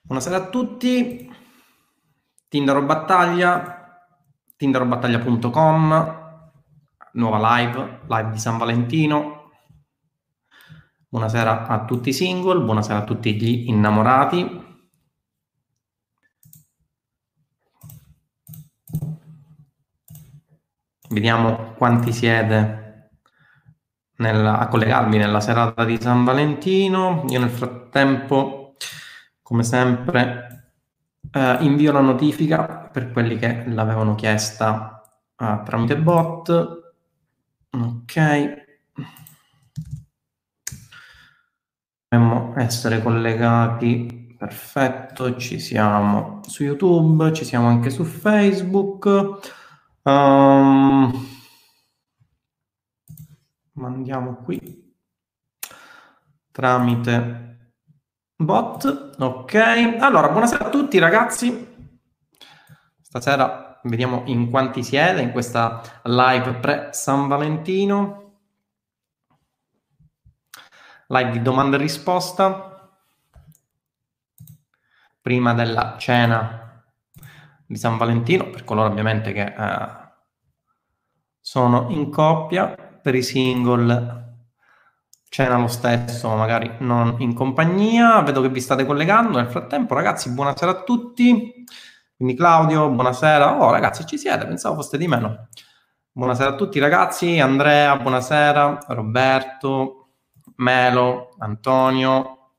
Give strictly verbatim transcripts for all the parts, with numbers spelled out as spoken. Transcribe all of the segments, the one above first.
Buonasera a tutti, Tindaro Battaglia, tindarobattaglia punto com, nuova live, live di San Valentino. Buonasera a tutti i single, buonasera a tutti gli innamorati. Vediamo quanti siete nella, a collegarvi nella serata di San Valentino. Io nel frattempo, come sempre, eh, invio la notifica per quelli che l'avevano chiesta eh, tramite bot. Ok. Dovremmo essere collegati. Perfetto, ci siamo su YouTube, ci siamo anche su Facebook. Um, mandiamo qui tramite bot. Ok, allora buonasera a tutti ragazzi. Stasera vediamo in quanti siete in questa live pre San Valentino, live di domanda e risposta prima della cena di San Valentino, per coloro ovviamente che eh, sono in coppia. Per i single cena lo stesso, magari non in compagnia. Vedo che vi state collegando nel frattempo, ragazzi. Buonasera a tutti. Quindi Claudio, buonasera. Oh ragazzi, ci siete, pensavo foste di meno. Buonasera a tutti ragazzi. Andrea, buonasera. Roberto, Melo, Antonio,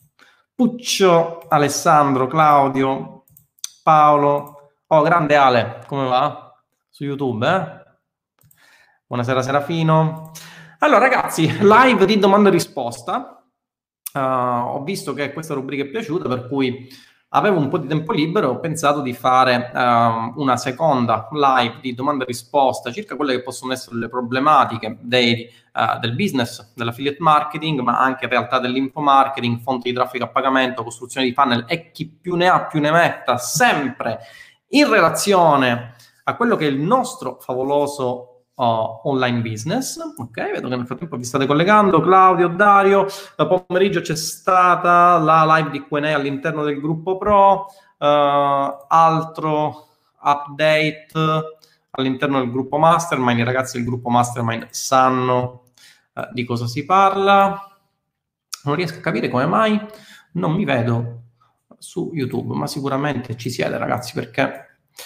Puccio, Alessandro, Claudio, Paolo. Oh, grande Ale, come va? Su YouTube, eh? Buonasera Serafino. Allora ragazzi, live di domanda e risposta. Uh, ho visto che questa rubrica è piaciuta, per cui avevo un po' di tempo libero e ho pensato di fare uh, una seconda live di domanda e risposta circa quelle che possono essere le problematiche dei, uh, del business, dell'affiliate marketing, ma anche in realtà dell'infomarketing, fonti di traffico a pagamento, costruzione di funnel e chi più ne ha più ne metta, sempre in relazione a quello che è il nostro favoloso Uh, online business. Ok, vedo che nel frattempo vi state collegando. Claudio, Dario, da pomeriggio c'è stata la live di Q and A all'interno del gruppo Pro, uh, altro update all'interno del gruppo Mastermind. I ragazzi del gruppo Mastermind sanno uh, di cosa si parla. Non riesco a capire come mai non mi vedo su YouTube, ma sicuramente ci siete ragazzi, perché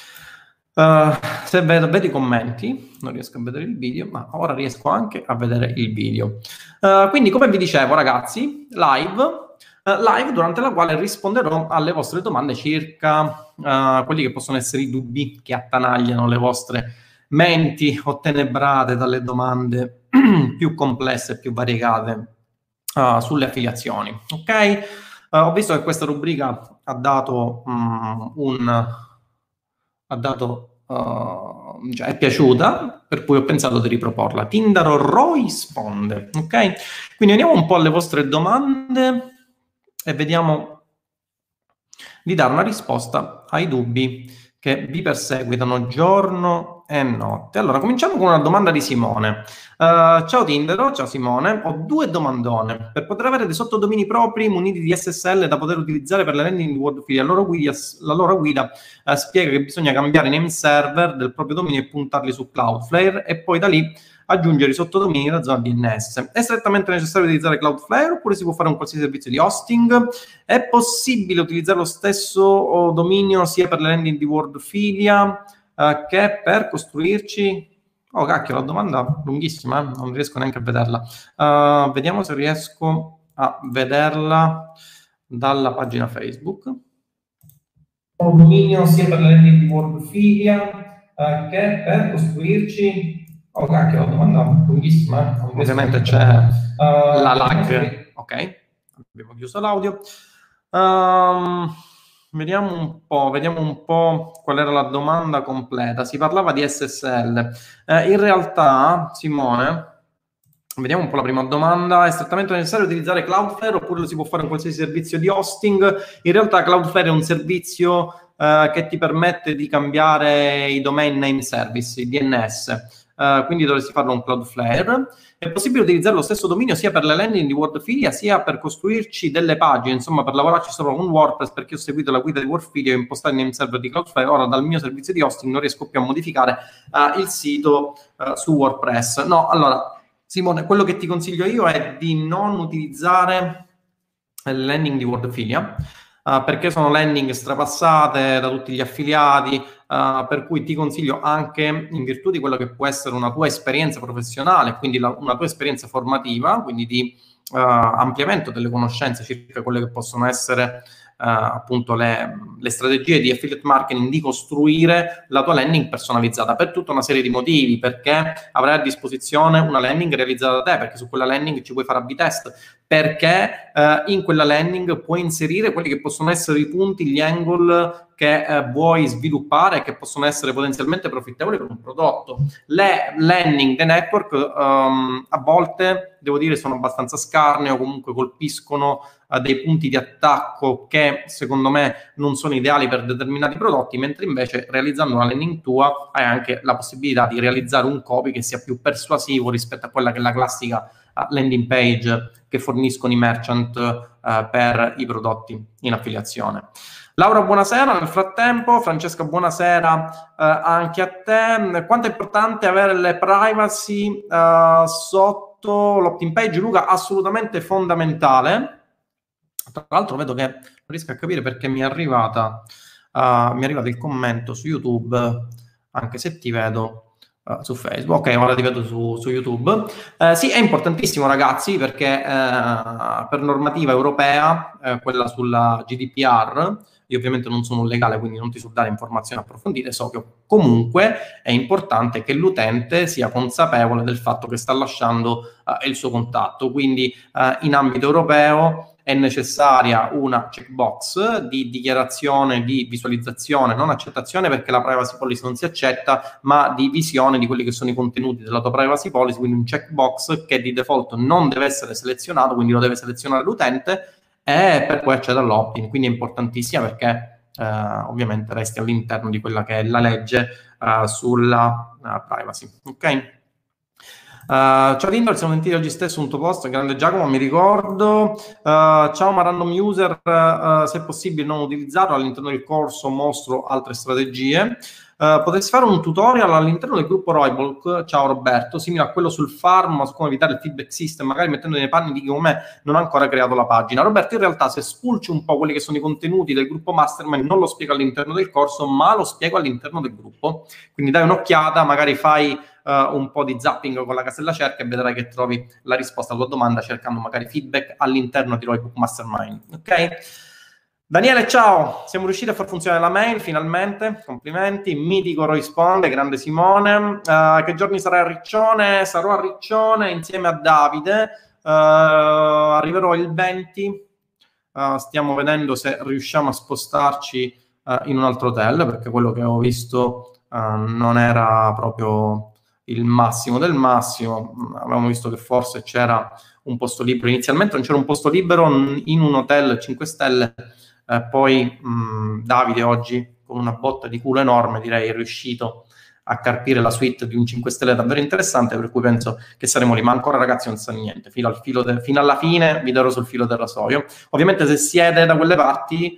Uh, se vedo, vedo i commenti, non riesco a vedere il video, ma ora riesco anche a vedere il video. Uh, quindi, come vi dicevo, ragazzi, live, uh, live durante la quale risponderò alle vostre domande circa uh, quelli che possono essere i dubbi che attanagliano le vostre menti ottenebrate dalle domande più complesse e più variegate uh, sulle affiliazioni. Ok? Uh, ho visto che questa rubrica ha dato um, un... ha dato, uh, cioè è piaciuta, per cui ho pensato di riproporla. Tindaro risponde, ok? Quindi andiamo un po' alle vostre domande e vediamo di dare una risposta ai dubbi che vi perseguitano giorno e notte. Allora, cominciamo con una domanda di Simone. Uh, ciao Tindaro, ciao Simone, ho due domandone. Per poter avere dei sottodomini propri muniti di S S L da poter utilizzare per le landing di WordFeed, la loro guida, la loro guida uh, spiega che bisogna cambiare i name server del proprio dominio e puntarli su Cloudflare e poi da lì aggiungere i sottodomini nella zona D N S. È strettamente necessario utilizzare Cloudflare oppure si può fare un qualsiasi servizio di hosting? È possibile utilizzare lo stesso dominio sia per le landing di Wordfilia uh, che per costruirci? Oh cacchio, la domanda è lunghissima, eh? Non riesco neanche a vederla. Uh, vediamo se riesco a vederla dalla pagina Facebook. Dominio sia per le landing di Wordfilia uh, che per costruirci. Oh cacchio, la domanda è lunghissima, eh? Ovviamente c'è uh, la lag. Ok, abbiamo chiuso l'audio. Um, vediamo un po', vediamo un po' qual era la domanda completa. Si parlava di S S L. Eh, in realtà, Simone, vediamo un po' la prima domanda. È strettamente necessario utilizzare Cloudflare oppure lo si può fare un qualsiasi servizio di hosting? In realtà Cloudflare è un servizio eh, che ti permette di cambiare i domain name service, i D N S. uh, quindi dovresti farlo con Cloudflare. È possibile utilizzare lo stesso dominio sia per le landing di Wordfilia sia per costruirci delle pagine, insomma per lavorarci sopra con WordPress, perché ho seguito la guida di Wordfilia e ho impostato il name server di Cloudflare. Ora dal mio servizio di hosting non riesco più a modificare uh, il sito uh, su WordPress. No, allora Simone, quello che ti consiglio io è di non utilizzare le landing di Wordfilia, uh, perché sono landing strapassate da tutti gli affiliati, uh, per cui ti consiglio, anche in virtù di quello che può essere una tua esperienza professionale, quindi la, una tua esperienza formativa, quindi di uh, ampliamento delle conoscenze circa quelle che possono essere Uh, appunto le, le strategie di affiliate marketing, di costruire la tua landing personalizzata per tutta una serie di motivi, perché avrai a disposizione una landing realizzata da te, perché su quella landing ci puoi fare A B test, perché uh, in quella landing puoi inserire quelli che possono essere i punti, gli angle che uh, vuoi sviluppare e che possono essere potenzialmente profittevoli per un prodotto. Le landing dei network um, a volte, devo dire, sono abbastanza scarne o comunque colpiscono uh, dei punti di attacco che secondo me non sono ideali per determinati prodotti, mentre invece realizzando una landing tua hai anche la possibilità di realizzare un copy che sia più persuasivo rispetto a quella che è la classica uh, landing page che forniscono i merchant uh, per i prodotti in affiliazione. Laura, buonasera. Nel frattempo, Francesca, buonasera uh, anche a te. Quanto è importante avere le privacy uh, sotto l'opt-in page, Luca? Assolutamente fondamentale. Tra l'altro vedo che non riesco a capire perché mi è arrivata uh, mi è arrivato il commento su YouTube, anche se ti vedo Uh, su Facebook. Ok, ora ti vedo su, su YouTube. Uh, sì, è importantissimo, ragazzi, perché uh, per normativa europea, uh, quella sulla G D P R, io ovviamente non sono un legale, quindi non ti so dare informazioni approfondite, so che comunque è importante che l'utente sia consapevole del fatto che sta lasciando uh, il suo contatto, quindi uh, in ambito europeo è necessaria una checkbox di dichiarazione, di visualizzazione, non accettazione, perché la privacy policy non si accetta, ma di visione di quelli che sono i contenuti della tua privacy policy, quindi un checkbox che di default non deve essere selezionato, quindi lo deve selezionare l'utente, e per poi accedere all'opt-in. Quindi è importantissima, perché eh, ovviamente resti all'interno di quella che è la legge eh, sulla uh, privacy. Ok? Uh, ciao Lindor, siamo sentiti oggi stesso un tuo post, grande Giacomo, mi ricordo. Uh, ciao ma random user, uh, se è possibile non utilizzarlo all'interno del corso, mostro altre strategie. Uh, potresti fare un tutorial all'interno del gruppo Roybook, ciao Roberto, simile a quello sul farm, su come evitare il feedback system, magari mettendo nei panni di chi come me non ha ancora creato la pagina. Roberto, in realtà se spulci un po' quelli che sono i contenuti del gruppo Mastermind, non lo spiego all'interno del corso, ma lo spiego all'interno del gruppo. Quindi dai un'occhiata, magari fai Uh, un po' di zapping con la casella cerca e vedrai che trovi la risposta alla tua domanda cercando magari feedback all'interno di Roybook Mastermind. Ok? Daniele, ciao! Siamo riusciti a far funzionare la mail finalmente, complimenti. Mitico risponde, grande Simone. Uh, che giorni sarai a Riccione? Sarò a Riccione insieme a Davide. Uh, arriverò il venti. Uh, stiamo vedendo se riusciamo a spostarci uh, in un altro hotel, perché quello che ho visto uh, non era proprio il massimo del massimo. Avevamo visto che forse c'era un posto libero, inizialmente non c'era un posto libero in un hotel cinque stelle, eh, poi mh, Davide oggi con una botta di culo enorme, direi, è riuscito a carpire la suite di un cinque stelle davvero interessante, per cui penso che saremo lì, ma ancora ragazzi non sa niente, fino, al filo de- fino alla fine vi darò sul filo del rasoio. Ovviamente se siete da quelle parti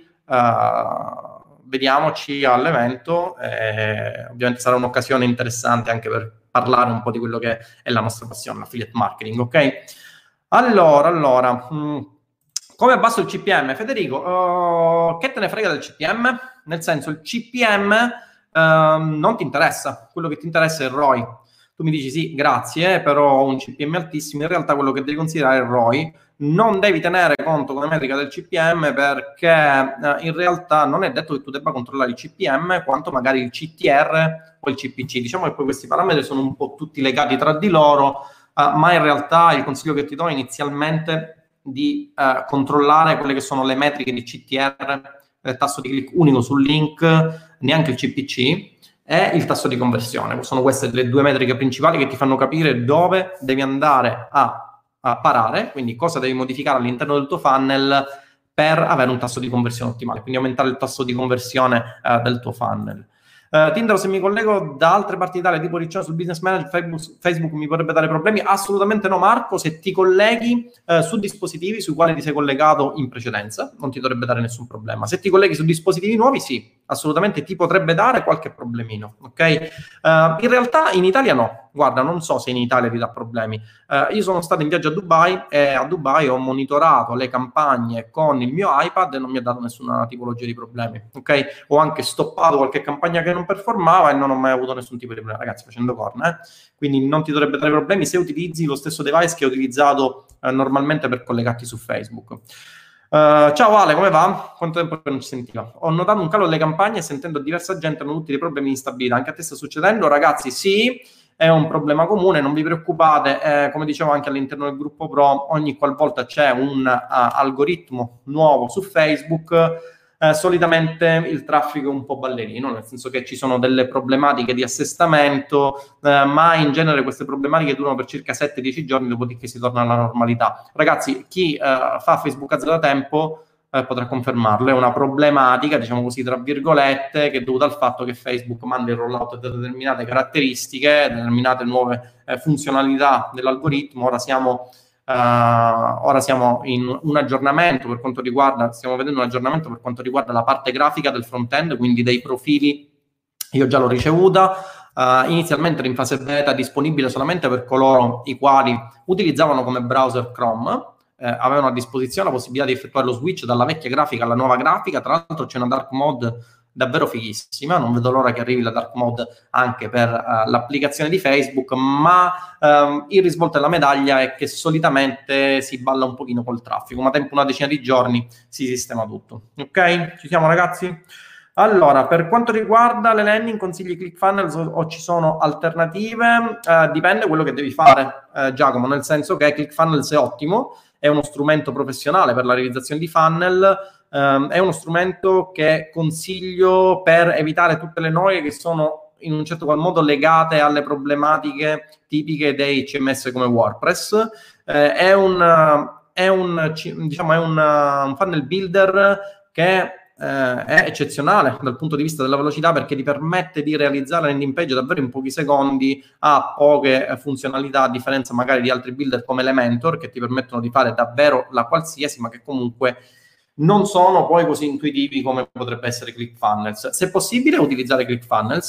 uh, vediamoci all'evento, eh, ovviamente sarà un'occasione interessante anche per parlare un po' di quello che è la nostra passione, l'affiliate marketing, ok? Allora, allora, mh, come abbasso il C P M? Federico, uh, che te ne frega del C P M? Nel senso, il C P M uh, non ti interessa, quello che ti interessa è il R O I. Tu mi dici sì, grazie, però ho un C P M altissimo, in realtà quello che devi considerare è il R O I. Non devi tenere conto come metrica del C P M perché eh, in realtà non è detto che tu debba controllare il C P M quanto magari il C T R o il C P C. Diciamo che poi questi parametri sono un po' tutti legati tra di loro, eh, ma in realtà il consiglio che ti do è inizialmente di eh, controllare quelle che sono le metriche di C T R, il tasso di click unico sul link, neanche il C P C, e il tasso di conversione. Sono queste le due metriche principali che ti fanno capire dove devi andare a a parare, quindi cosa devi modificare all'interno del tuo funnel per avere un tasso di conversione ottimale, quindi aumentare il tasso di conversione uh, del tuo funnel. Uh, Uh, Tindaro, se mi collego da altre parti d'Italia, tipo Riccione sul Business Manager, Facebook, Facebook mi potrebbe dare problemi? Assolutamente no, Marco. Se ti colleghi uh, su dispositivi sui quali ti sei collegato in precedenza, non ti dovrebbe dare nessun problema. Se ti colleghi su dispositivi nuovi, sì, assolutamente ti potrebbe dare qualche problemino, ok? Uh, in realtà in Italia no. Guarda, non so se in Italia ti dà problemi. Uh, io sono stato in viaggio a Dubai e a Dubai ho monitorato le campagne con il mio iPad e non mi ha dato nessuna tipologia di problemi, ok? Ho anche stoppato qualche campagna che non performava e non ho mai avuto nessun tipo di problema, ragazzi, facendo corna, eh? Quindi non ti dovrebbe dare problemi se utilizzi lo stesso device che ho utilizzato eh, normalmente per collegarti su Facebook. Uh, ciao Ale, come va? Quanto tempo che non ci sentiva? Ho notato un calo alle campagne e sentendo diversa gente hanno tutti dei problemi di instabilità. Anche a te sta succedendo? Ragazzi, sì, è un problema comune, non vi preoccupate, eh, come dicevo anche all'interno del gruppo Pro, ogni qualvolta c'è un uh, algoritmo nuovo su Facebook, eh, solitamente il traffico è un po' ballerino, nel senso che ci sono delle problematiche di assestamento, eh, ma in genere queste problematiche durano per circa sette dieci giorni, dopodiché si torna alla normalità. Ragazzi, chi eh, fa Facebook Ads da tempo Eh, potrà confermarlo, è una problematica, diciamo così, tra virgolette, che è dovuta al fatto che Facebook manda il rollout di determinate caratteristiche, determinate nuove eh, funzionalità dell'algoritmo. Ora siamo, uh, ora siamo in un aggiornamento per quanto riguarda, stiamo vedendo un aggiornamento per quanto riguarda la parte grafica del front-end, quindi dei profili. Io già l'ho ricevuta, uh, inizialmente era in fase beta, disponibile solamente per coloro i quali utilizzavano come browser Chrome. Eh, avevano a disposizione la possibilità di effettuare lo switch dalla vecchia grafica alla nuova grafica. Tra l'altro c'è una dark mode davvero fighissima, non vedo l'ora che arrivi la dark mode anche per uh, l'applicazione di Facebook, ma um, il risvolto della medaglia è che solitamente si balla un pochino col traffico, ma tempo una decina di giorni si sistema tutto. Ok? Ci siamo, ragazzi? Allora, per quanto riguarda le landing, consigli ClickFunnels o, o ci sono alternative? Uh, dipende quello che devi fare, uh, Giacomo, nel senso che ClickFunnels è ottimo, è uno strumento professionale per la realizzazione di funnel, um, è uno strumento che consiglio per evitare tutte le noie che sono in un certo qual modo legate alle problematiche tipiche dei C M S come WordPress. Eh, è un, è un, diciamo, è un, un funnel builder che Eh, è eccezionale dal punto di vista della velocità, perché ti permette di realizzare landing page davvero in pochi secondi, ha poche eh, funzionalità, a differenza magari di altri builder come Elementor che ti permettono di fare davvero la qualsiasi, ma che comunque non sono poi così intuitivi come potrebbe essere ClickFunnels. Se possibile utilizzare ClickFunnels,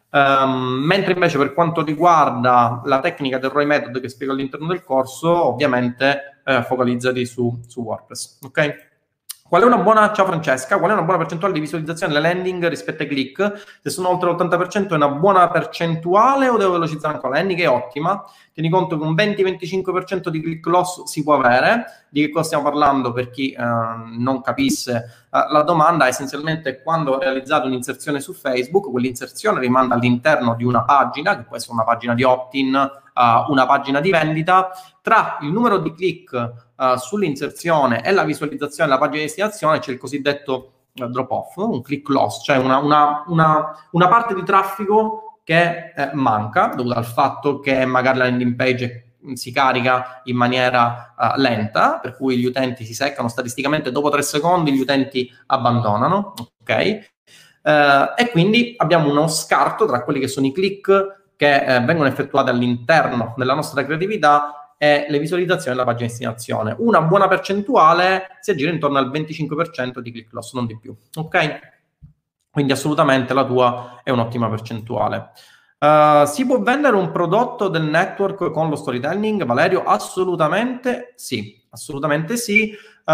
um, mentre invece per quanto riguarda la tecnica del R O I method che spiego all'interno del corso, ovviamente eh, focalizzati su, su WordPress, ok? Qual è una buona, ciao Francesca, qual è una buona percentuale di visualizzazione delle landing rispetto ai click? Se sono oltre l'ottanta per cento è una buona percentuale o devo velocizzare ancora? La landing è ottima, tieni conto che un venti venticinque per cento di click loss si può avere. Di che cosa stiamo parlando per chi eh, non capisse eh, la domanda? Essenzialmente quando realizzate un'inserzione su Facebook, quell'inserzione rimanda all'interno di una pagina, che può essere una pagina di opt-in, uh, una pagina di vendita, tra il numero di click Uh, sull'inserzione e la visualizzazione della pagina di destinazione c'è il cosiddetto uh, drop off, un click loss, cioè una, una, una, una parte di traffico che eh, manca dovuto al fatto che magari la landing page si carica in maniera uh, lenta, per cui gli utenti si seccano statisticamente dopo tre secondi, gli utenti abbandonano, ok? Uh, e quindi abbiamo uno scarto tra quelli che sono i click che eh, vengono effettuati all'interno della nostra creatività e le visualizzazioni della pagina di destinazione. Una buona percentuale si aggira intorno al venticinque per cento di click loss, non di più, ok? Quindi assolutamente la tua è un'ottima percentuale. Uh, si può vendere un prodotto del network con lo storytelling, Valerio? Assolutamente sì, assolutamente sì.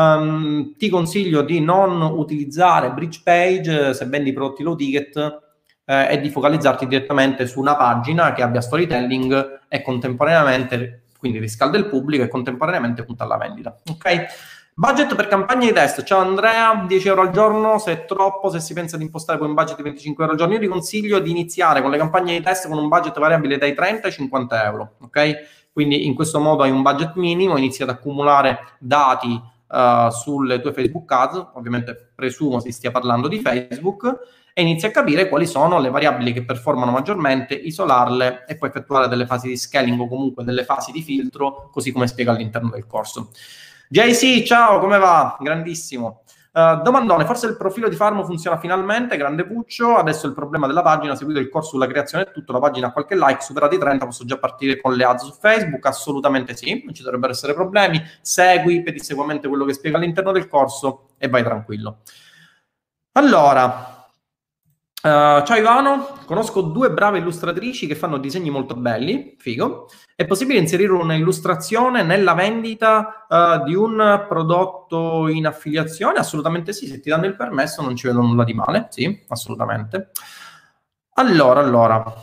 Um, ti consiglio di non utilizzare bridge page se vendi prodotti low ticket eh, e di focalizzarti direttamente su una pagina che abbia storytelling e contemporaneamente quindi riscalda il pubblico e contemporaneamente punta alla vendita, ok? Budget per campagne di test, ciao Andrea, dieci euro al giorno, se è troppo, se si pensa di impostare poi un budget di venticinque euro al giorno, io ti consiglio di iniziare con le campagne di test con un budget variabile dai trenta ai cinquanta euro, ok? Quindi in questo modo hai un budget minimo, inizi ad accumulare dati uh, sulle tue Facebook Ads, ovviamente presumo si stia parlando di Facebook, e inizi a capire quali sono le variabili che performano maggiormente, isolarle e poi effettuare delle fasi di scaling o comunque delle fasi di filtro, così come spiega all'interno del corso. J C, ciao, come va? Grandissimo. Uh, domandone, forse il profilo di Farmo funziona finalmente, grande Puccio, adesso il problema della pagina, seguito il corso sulla creazione e tutto, la pagina ha qualche like, superati i trenta, posso già partire con le ads su Facebook? Assolutamente sì, non ci dovrebbero essere problemi, segui pedissequamente quello che spiega all'interno del corso e vai tranquillo. Allora, Uh, ciao Ivano, conosco due brave illustratrici che fanno disegni molto belli, figo. È possibile inserire un'illustrazione nella vendita uh, di un prodotto in affiliazione? Assolutamente sì, se ti danno il permesso non ci vedo nulla di male, sì, assolutamente. Allora, allora...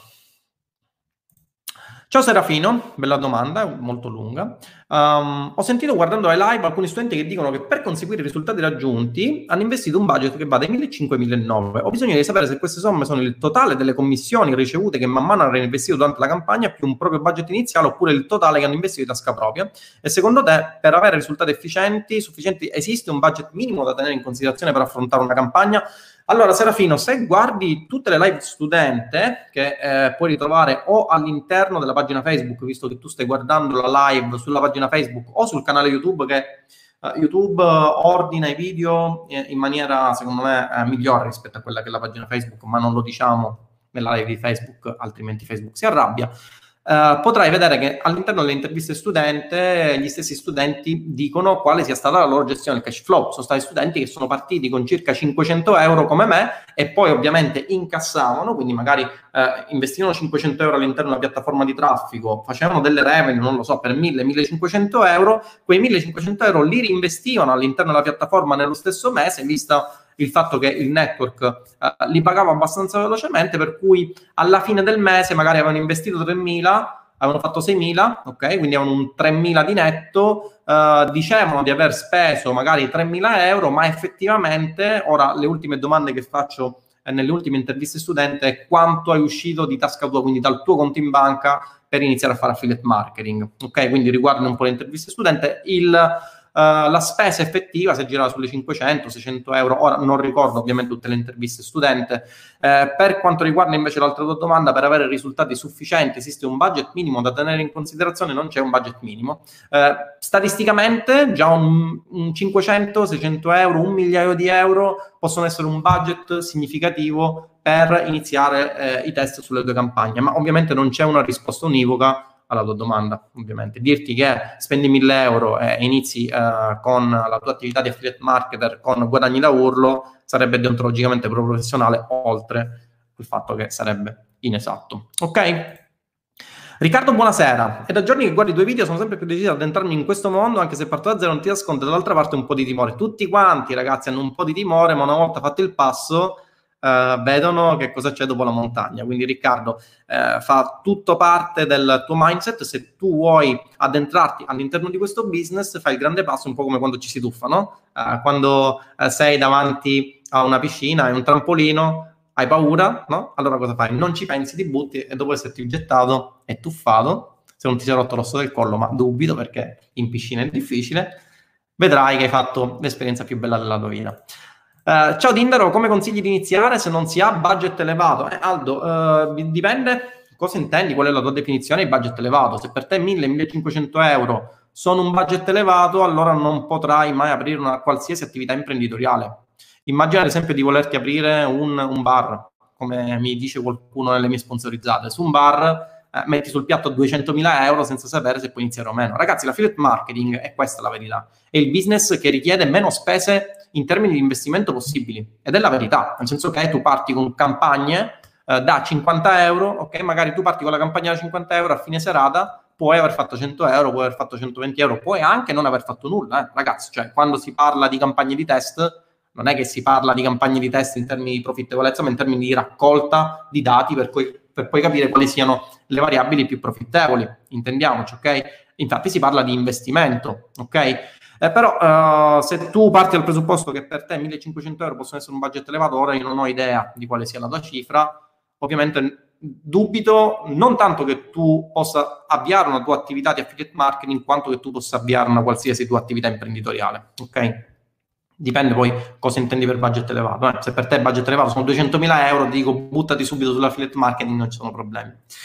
Ciao Serafino, bella domanda, molto lunga. Um, ho sentito guardando ai live alcuni studenti che dicono che per conseguire i risultati raggiunti hanno investito un budget che va dai millecinquecento ai millenovecento. Ho bisogno di sapere se queste somme sono il totale delle commissioni ricevute che man mano hanno investito durante la campagna più un proprio budget iniziale oppure il totale che hanno investito di tasca propria. E secondo te, per avere risultati efficienti, sufficienti, esiste un budget minimo da tenere in considerazione per affrontare una campagna? Allora, Serafino, se guardi tutte le live studente che eh, puoi ritrovare o all'interno della pagina Facebook, visto che tu stai guardando la live sulla pagina Facebook o sul canale YouTube, che uh, YouTube ordina i video in maniera, secondo me, eh, migliore rispetto a quella che è la pagina Facebook, ma non lo diciamo nella live di Facebook, altrimenti Facebook si arrabbia. Uh, potrai vedere che all'interno delle interviste studente gli stessi studenti dicono quale sia stata la loro gestione del cash flow. Sono stati studenti che sono partiti con circa cinquecento euro come me e poi ovviamente incassavano, quindi magari uh, investivano cinquecento euro all'interno della piattaforma di traffico, facevano delle revenue, non lo so, per mille millecinquecento euro, quei millecinquecento euro li reinvestivano all'interno della piattaforma nello stesso mese, vista il fatto che il network uh, li pagava abbastanza velocemente, per cui alla fine del mese magari avevano investito tremila, avevano fatto seimila, ok? Quindi avevano un tremila di netto, uh, dicevano di aver speso magari tremila euro, ma effettivamente, ora le ultime domande che faccio eh, nelle ultime interviste studente è quanto hai uscito di tasca tua, quindi dal tuo conto in banca per iniziare a fare affiliate marketing, ok? Quindi riguardano un po' le interviste studente, il... Uh, la spesa effettiva si girava sulle cinquecento seicento euro, ora non ricordo ovviamente tutte le interviste studente. Uh, per quanto riguarda invece l'altra tua domanda, per avere risultati sufficienti esiste un budget minimo da tenere in considerazione? Non c'è un budget minimo. Uh, statisticamente già un, un cinquecento seicento euro, un migliaio di euro possono essere un budget significativo per iniziare eh, i test sulle tue campagne, ma ovviamente non c'è una risposta univoca alla tua domanda, ovviamente. Dirti che spendi mille euro e inizi uh, con la tua attività di affiliate marketer con guadagni da urlo sarebbe deontologicamente professionale, oltre il fatto che sarebbe inesatto. Ok? Riccardo, buonasera. È da giorni che guardi i tuoi video, sono sempre più deciso ad addentrarmi in questo mondo, anche se parto da zero non ti nascondo dall'altra parte un po' di timore. Tutti quanti, ragazzi, hanno un po' di timore, ma una volta fatto il passo Uh, vedono che cosa c'è dopo la montagna. Quindi Riccardo, uh, fa tutto parte del tuo mindset. Se tu vuoi addentrarti all'interno di questo business, fai il grande passo, un po' come quando ci si tuffa, no? Uh, quando uh, sei davanti a una piscina, hai un trampolino, hai paura, no? Allora cosa fai? Non ci pensi, ti butti e dopo esserti gettato e tuffato, se non ti sei rotto l'osso del collo, ma dubito perché in piscina è difficile, vedrai che hai fatto l'esperienza più bella della tua vita. Uh, ciao Tindaro, come consigli di iniziare se non si ha budget elevato? Eh, Aldo, uh, dipende cosa intendi, qual è la tua definizione di budget elevato. Se per te mille millecinquecento euro sono un budget elevato, allora non potrai mai aprire una qualsiasi attività imprenditoriale. Immagina ad esempio di volerti aprire un, un bar, come mi dice qualcuno nelle mie sponsorizzate. Su un bar eh, metti sul piatto duecentomila euro senza sapere se puoi iniziare o meno. Ragazzi, l'affiliate marketing è questa la verità. È il business che richiede meno spese in termini di investimento possibili, ed è la verità, nel senso che tu parti con campagne eh, da cinquanta euro, ok, magari tu parti con la campagna da cinquanta euro, a fine serata puoi aver fatto cento euro, puoi aver fatto centoventi euro, puoi anche non aver fatto nulla, eh, ragazzi, cioè quando si parla di campagne di test non è che si parla di campagne di test in termini di profittevolezza, ma in termini di raccolta di dati per poi, per poi capire quali siano le variabili più profittevoli, intendiamoci, ok? Infatti si parla di investimento, ok? Eh, però uh, se tu parti dal presupposto che per te millecinquecento euro possono essere un budget elevato, ora io non ho idea di quale sia la tua cifra, ovviamente dubito non tanto che tu possa avviare una tua attività di affiliate marketing quanto che tu possa avviare una qualsiasi tua attività imprenditoriale, ok? Dipende poi cosa intendi per budget elevato. Eh? Se per te budget elevato sono duecentomila euro, ti dico buttati subito sull'affiliate marketing, non ci sono problemi.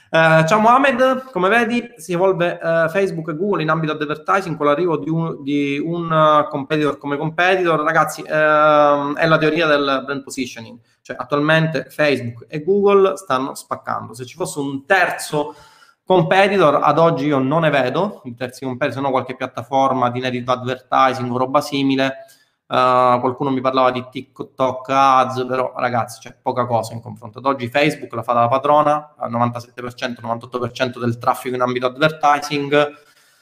Uh, ciao Mohamed, come vedi si evolve uh, Facebook e Google in ambito advertising con l'arrivo di un, di un uh, competitor come competitor. Ragazzi, uh, è la teoria del brand positioning, cioè attualmente Facebook e Google stanno spaccando. Se ci fosse un terzo competitor, ad oggi io non ne vedo, i terzi competitor, se no qualche piattaforma di native advertising o roba simile. Uh, qualcuno mi parlava di TikTok Ads, però ragazzi c'è poca cosa in confronto. Ad oggi Facebook la fa da padrona al novantasette per cento, novantotto per cento del traffico in ambito advertising.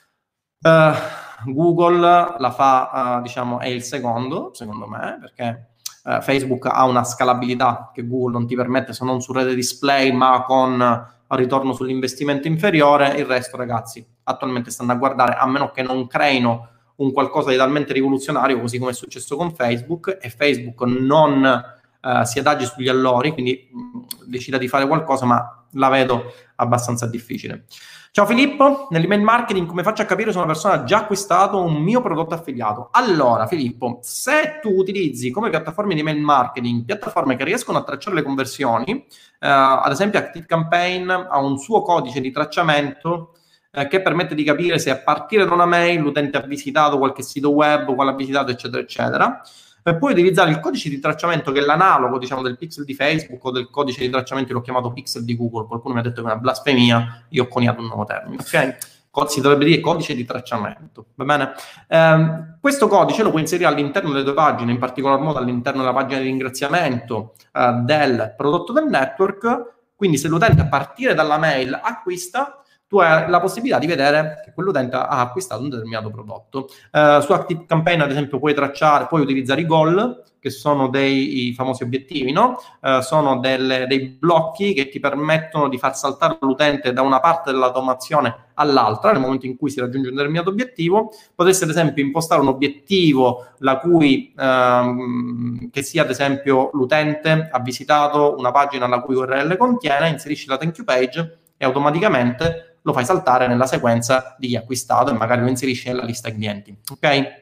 uh, Google la fa, uh, diciamo, è il secondo, secondo me, perché uh, Facebook ha una scalabilità che Google non ti permette, se non su rete display, ma con uh, ritorno sull'investimento inferiore. Il resto, ragazzi, attualmente stanno a guardare, a meno che non creino un qualcosa di talmente rivoluzionario, così come è successo con Facebook, e Facebook non uh, si adagi sugli allori, quindi mh, decida di fare qualcosa, ma la vedo abbastanza difficile. Ciao Filippo, nell'email marketing come faccio a capire se una persona ha già acquistato un mio prodotto affiliato? Allora Filippo, se tu utilizzi come piattaforme di email marketing piattaforme che riescono a tracciare le conversioni, uh, ad esempio ActiveCampaign ha un suo codice di tracciamento che permette di capire se a partire da una mail l'utente ha visitato qualche sito web, quale ha visitato, eccetera, eccetera. E puoi utilizzare il codice di tracciamento che è l'analogo, diciamo, del pixel di Facebook o del codice di tracciamento, l'ho chiamato pixel di Google, qualcuno mi ha detto che è una blasfemia, io ho coniato un nuovo termine, ok? Si dovrebbe dire codice di tracciamento, va bene? Eh, questo codice lo puoi inserire all'interno delle tue pagine, in particolar modo all'interno della pagina di ringraziamento eh, del prodotto del network, quindi se l'utente a partire dalla mail acquista, tu hai la possibilità di vedere che quell'utente ha acquistato un determinato prodotto. Uh, su ActiveCampaign, ad esempio, puoi tracciare, puoi utilizzare i goal, che sono dei i famosi obiettivi, no? Uh, sono delle, dei blocchi che ti permettono di far saltare l'utente da una parte dell'automazione all'altra nel momento in cui si raggiunge un determinato obiettivo. Potresti, ad esempio, impostare un obiettivo la cui, uh, che sia, ad esempio, l'utente ha visitato una pagina la cui U R L contiene, inserisci la thank you page e automaticamente lo fai saltare nella sequenza di chi ha acquistato e magari lo inserisci nella lista clienti, ok?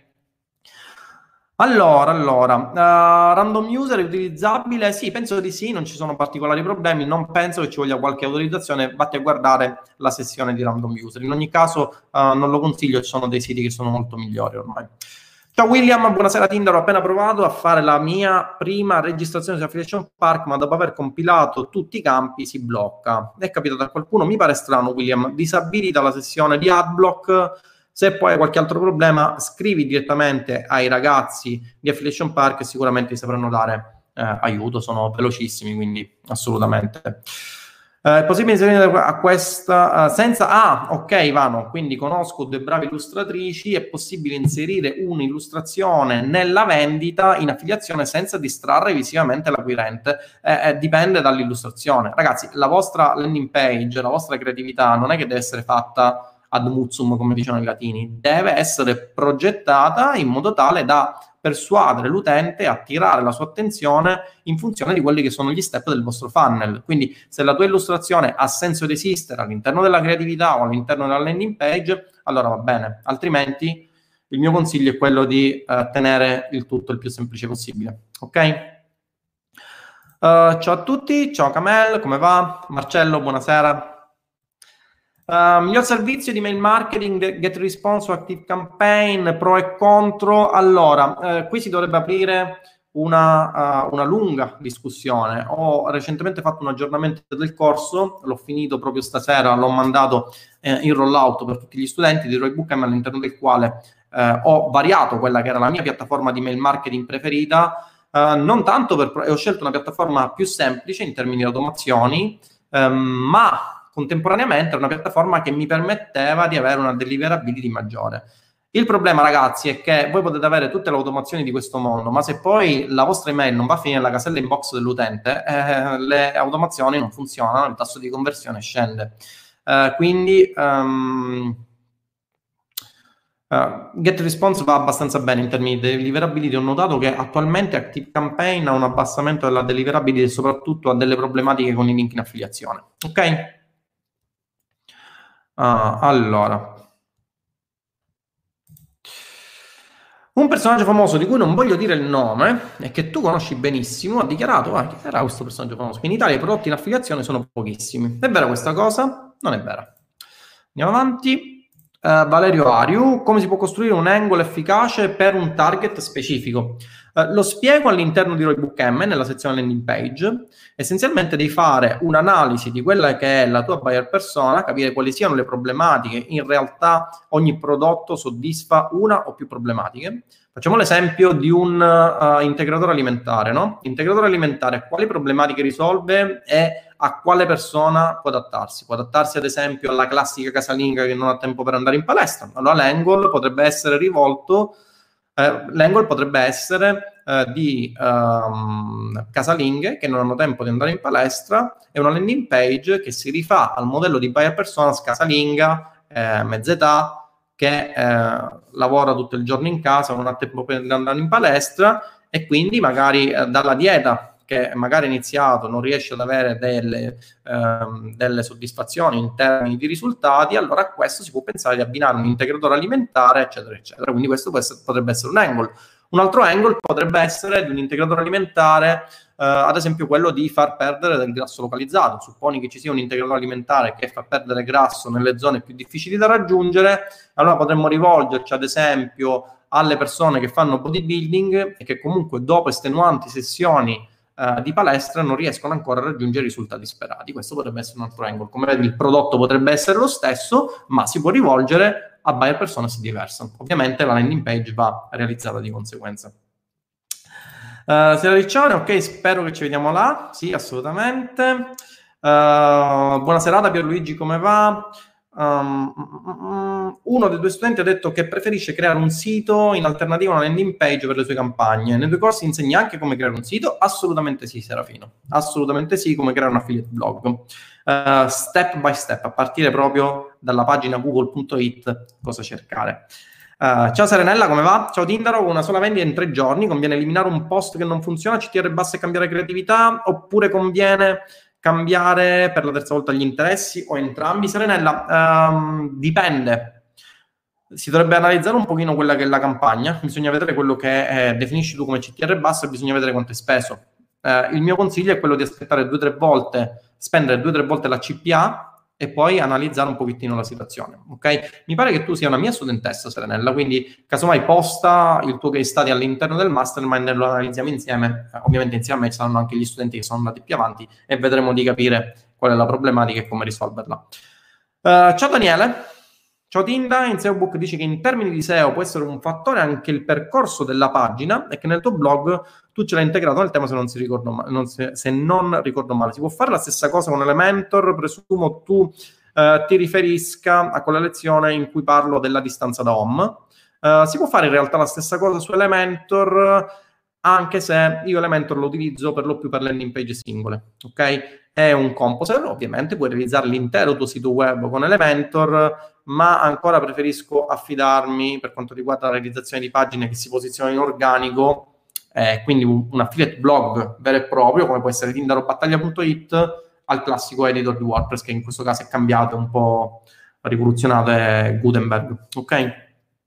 Allora, allora, uh, random user è utilizzabile? Sì, penso di sì, non ci sono particolari problemi, non penso che ci voglia qualche autorizzazione, vatti a guardare la sessione di random user. In ogni caso uh, non lo consiglio, ci sono dei siti che sono molto migliori ormai. Ciao William, buonasera Tinder, ho appena provato a fare la mia prima registrazione su Affiliation Park, ma dopo aver compilato tutti i campi si blocca. È capitato a qualcuno, mi pare strano William, disabilita la sessione di AdBlock. Se poi hai qualche altro problema scrivi direttamente ai ragazzi di Affiliation Park e sicuramente ti sapranno dare eh, aiuto, sono velocissimi, quindi assolutamente. Uh, è possibile inserire a questa uh, senza ah ok Ivano, quindi conosco due brave illustratrici, è possibile inserire un'illustrazione nella vendita in affiliazione senza distrarre visivamente l'acquirente. Eh, eh, dipende dall'illustrazione, ragazzi. La vostra landing page, la vostra creatività non è che deve essere fatta ad muzzum, come dicevano i latini, deve essere progettata in modo tale da persuadere l'utente e attirare la sua attenzione in funzione di quelli che sono gli step del vostro funnel. Quindi se la tua illustrazione ha senso di esistere all'interno della creatività o all'interno della landing page, allora va bene, altrimenti il mio consiglio è quello di uh, tenere il tutto il più semplice possibile, ok? Uh, ciao a tutti, ciao Camel, come va? Marcello, buonasera. Uh, miglior servizio di mail marketing, get response o ActiveCampaign, pro e contro. Allora, eh, qui si dovrebbe aprire una, uh, una lunga discussione. Ho recentemente fatto un aggiornamento del corso, l'ho finito proprio stasera, l'ho mandato eh, in rollout per tutti gli studenti di Roybook'em, all'interno del quale eh, ho variato quella che era la mia piattaforma di mail marketing preferita, uh, non tanto per... ho scelto una piattaforma più semplice in termini di automazioni, um, ma contemporaneamente era una piattaforma che mi permetteva di avere una deliverability maggiore. Il problema, ragazzi, è che voi potete avere tutte le automazioni di questo mondo, ma se poi la vostra email non va a finire nella casella inbox dell'utente, eh, le automazioni non funzionano, il tasso di conversione scende. Uh, quindi um, uh, Get Response va abbastanza bene in termini di deliverability. Ho notato che attualmente ActiveCampaign ha un abbassamento della deliverability e soprattutto ha delle problematiche con i link in affiliazione. Ok? Ah, allora, Un personaggio famoso di cui non voglio dire il nome e che tu conosci benissimo ha dichiarato: ah, chi era questo personaggio famoso? Che in Italia i prodotti in affiliazione sono pochissimi. È vera questa cosa? Non è vera. Andiamo avanti. Uh, Valerio Ariu, come si può costruire un angolo efficace per un target specifico? Uh, lo spiego all'interno di Roybook M, nella sezione landing page. Essenzialmente devi fare un'analisi di quella che è la tua buyer persona, capire quali siano le problematiche. In realtà ogni prodotto soddisfa una o più problematiche. Facciamo l'esempio di un uh, integratore alimentare, no? L'integratore alimentare quali problematiche risolve e a quale persona può adattarsi? Può adattarsi ad esempio alla classica casalinga che non ha tempo per andare in palestra. Allora l'angle potrebbe essere rivolto, eh, l'angle potrebbe essere eh, di um, casalinghe che non hanno tempo di andare in palestra e una landing page che si rifà al modello di buyer personas casalinga, eh, mezza età, che eh, lavora tutto il giorno in casa, non ha tempo per andare in palestra e quindi magari eh, dalla dieta che magari è iniziato non riesce ad avere delle, ehm, delle soddisfazioni in termini di risultati, allora a questo si può pensare di abbinare un integratore alimentare, eccetera, eccetera. Quindi questo può essere, potrebbe essere un angle. Un altro angle potrebbe essere di un integratore alimentare, eh, ad esempio quello di far perdere del grasso localizzato. Supponi che ci sia un integratore alimentare che fa perdere grasso nelle zone più difficili da raggiungere, allora potremmo rivolgerci ad esempio alle persone che fanno bodybuilding e che comunque dopo estenuanti sessioni Uh, di palestra non riescono ancora a raggiungere i risultati sperati. Questo potrebbe essere un altro angle. Come vedi, il prodotto potrebbe essere lo stesso, ma si può rivolgere a buyer personas diverse. Ovviamente la landing page va realizzata di conseguenza. Uh, Sera Riccione, ok, spero che ci vediamo là. Sì, assolutamente. Uh, buona serata Pierluigi, come va? Um, uno dei due studenti ha detto che preferisce creare un sito in alternativa a una landing page per le sue campagne. Nei due corsi insegni anche come creare un sito? Assolutamente sì, Serafino. Assolutamente sì, come creare un affiliate blog. Uh, step by step, a partire proprio dalla pagina google punto it, cosa cercare. Uh, ciao Serenella, come va? Ciao Tindaro, con una sola vendita in tre giorni conviene eliminare un post che non funziona, C T R bassa e cambiare creatività, oppure conviene cambiare per la terza volta gli interessi o entrambi? Serenella, um, dipende. Si dovrebbe analizzare un pochino quella che è la campagna, bisogna vedere quello che eh, definisci tu come C T R basso e bisogna vedere quanto è speso. Eh, il mio consiglio è quello di aspettare due o tre volte, spendere due o tre volte la C P A e poi analizzare un pochettino la situazione, ok? Mi pare che tu sia una mia studentessa, Serenella, quindi casomai posta il tuo case study all'interno del mastermind e lo analizziamo insieme. Eh, ovviamente insieme a me ci saranno anche gli studenti che sono andati più avanti e vedremo di capire qual è la problematica e come risolverla. Uh, ciao Daniele. Ciao Tinda, in S E O Book dice che in termini di S E O può essere un fattore anche il percorso della pagina e che nel tuo blog tu ce l'hai integrato nel tema se non, si ricordo ma- non si, se non ricordo male. Si può fare la stessa cosa con Elementor? Presumo tu eh, ti riferisca a quella lezione in cui parlo della distanza da home. Uh, si può fare in realtà la stessa cosa su Elementor, anche se io Elementor lo utilizzo per lo più per landing page singole, ok? È un composer, ovviamente puoi realizzare l'intero tuo sito web con Elementor, ma ancora preferisco affidarmi per quanto riguarda la realizzazione di pagine che si posizionano in organico, eh, quindi un, un affiliate blog vero e proprio, come può essere tindarobattaglia punto it, al classico editor di WordPress, che in questo caso è cambiato, un po' rivoluzionato, è Gutenberg, ok?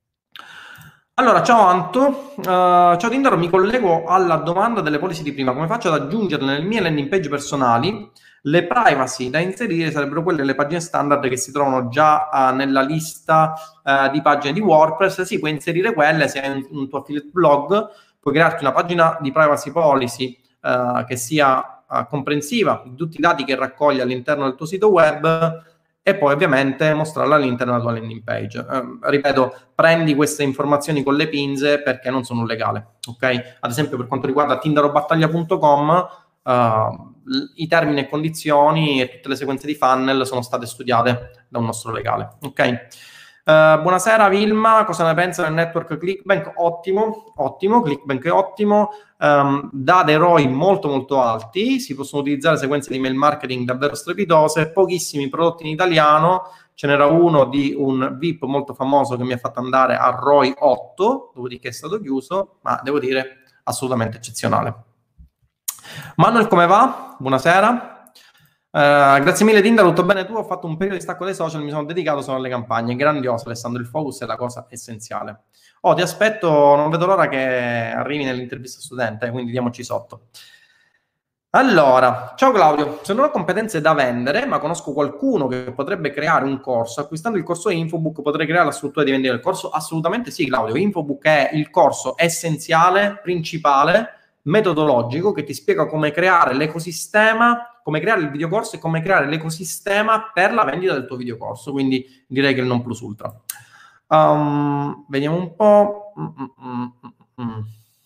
Allora, ciao Anto, uh, ciao Tindaro, mi collego alla domanda delle policy di prima. Come faccio ad aggiungere nelle mie landing page personali? Le privacy da inserire sarebbero quelle delle pagine standard che si trovano già uh, nella lista uh, di pagine di WordPress. Sì, puoi inserire quelle, se hai un, un tuo affiliate blog, puoi crearti una pagina di privacy policy uh, che sia uh, comprensiva di tutti i dati che raccoglie all'interno del tuo sito web, e poi ovviamente mostrarla all'interno della tua landing page. Eh, ripeto, prendi queste informazioni con le pinze perché non sono legale, ok? Ad esempio per quanto riguarda tindarobattaglia punto com, uh, i termini e condizioni e tutte le sequenze di funnel sono state studiate da un nostro legale, ok? Uh, buonasera Vilma, cosa ne pensa del network ClickBank? Ottimo, ottimo, ClickBank è ottimo, um, dà dei R O I molto molto alti, si possono utilizzare sequenze di mail marketing davvero strepitose, pochissimi prodotti in italiano, ce n'era uno di un V I P molto famoso che mi ha fatto andare a R O I otto, dopodiché è stato chiuso, ma devo dire assolutamente eccezionale. Manuel, come va? Buonasera. Uh, grazie mille Tinda, tutto bene tu? Ho fatto un periodo di stacco dai social, mi sono dedicato solo alle campagne. Grandioso Alessandro, il focus è la cosa essenziale. Oh, ti aspetto, non vedo l'ora che arrivi nell'intervista studente, quindi diamoci sotto. Allora, ciao Claudio, se non ho competenze da vendere, ma conosco qualcuno che potrebbe creare un corso, acquistando il corso Infobook potrei creare la struttura di vendita del corso? Assolutamente sì, Claudio. Infobook è il corso essenziale, principale, metodologico, che ti spiega come creare l'ecosistema, come creare il videocorso e come creare l'ecosistema per la vendita del tuo videocorso. Quindi direi che è il non plus ultra. Um, vediamo un po'. Mm-mm-mm-mm.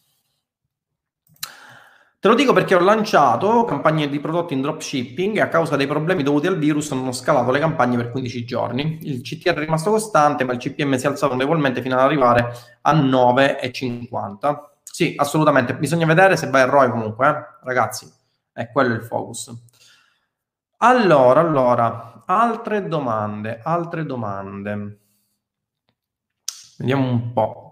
Te lo dico perché ho lanciato campagne di prodotti in dropshipping e a causa dei problemi dovuti al virus non ho scalato le campagne per quindici giorni. Il C T R è rimasto costante, ma il C P M si è alzato notevolmente fino ad arrivare a nove e cinquanta. Sì, assolutamente. Bisogna vedere se vai a R O I comunque, eh? Ragazzi. È quello il focus. Allora, allora, altre domande, altre domande. Vediamo un po'.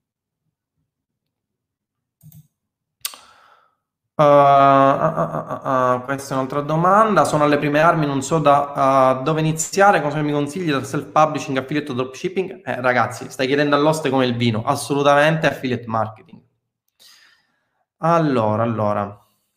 Uh, uh, uh, uh, uh, questa è un'altra domanda. Sono alle prime armi, non so da uh, dove iniziare. Cosa mi consigli dal self-publishing, affiliate o dropshipping? Eh, ragazzi, stai chiedendo all'oste come il vino. Assolutamente affiliate marketing. Allora, allora.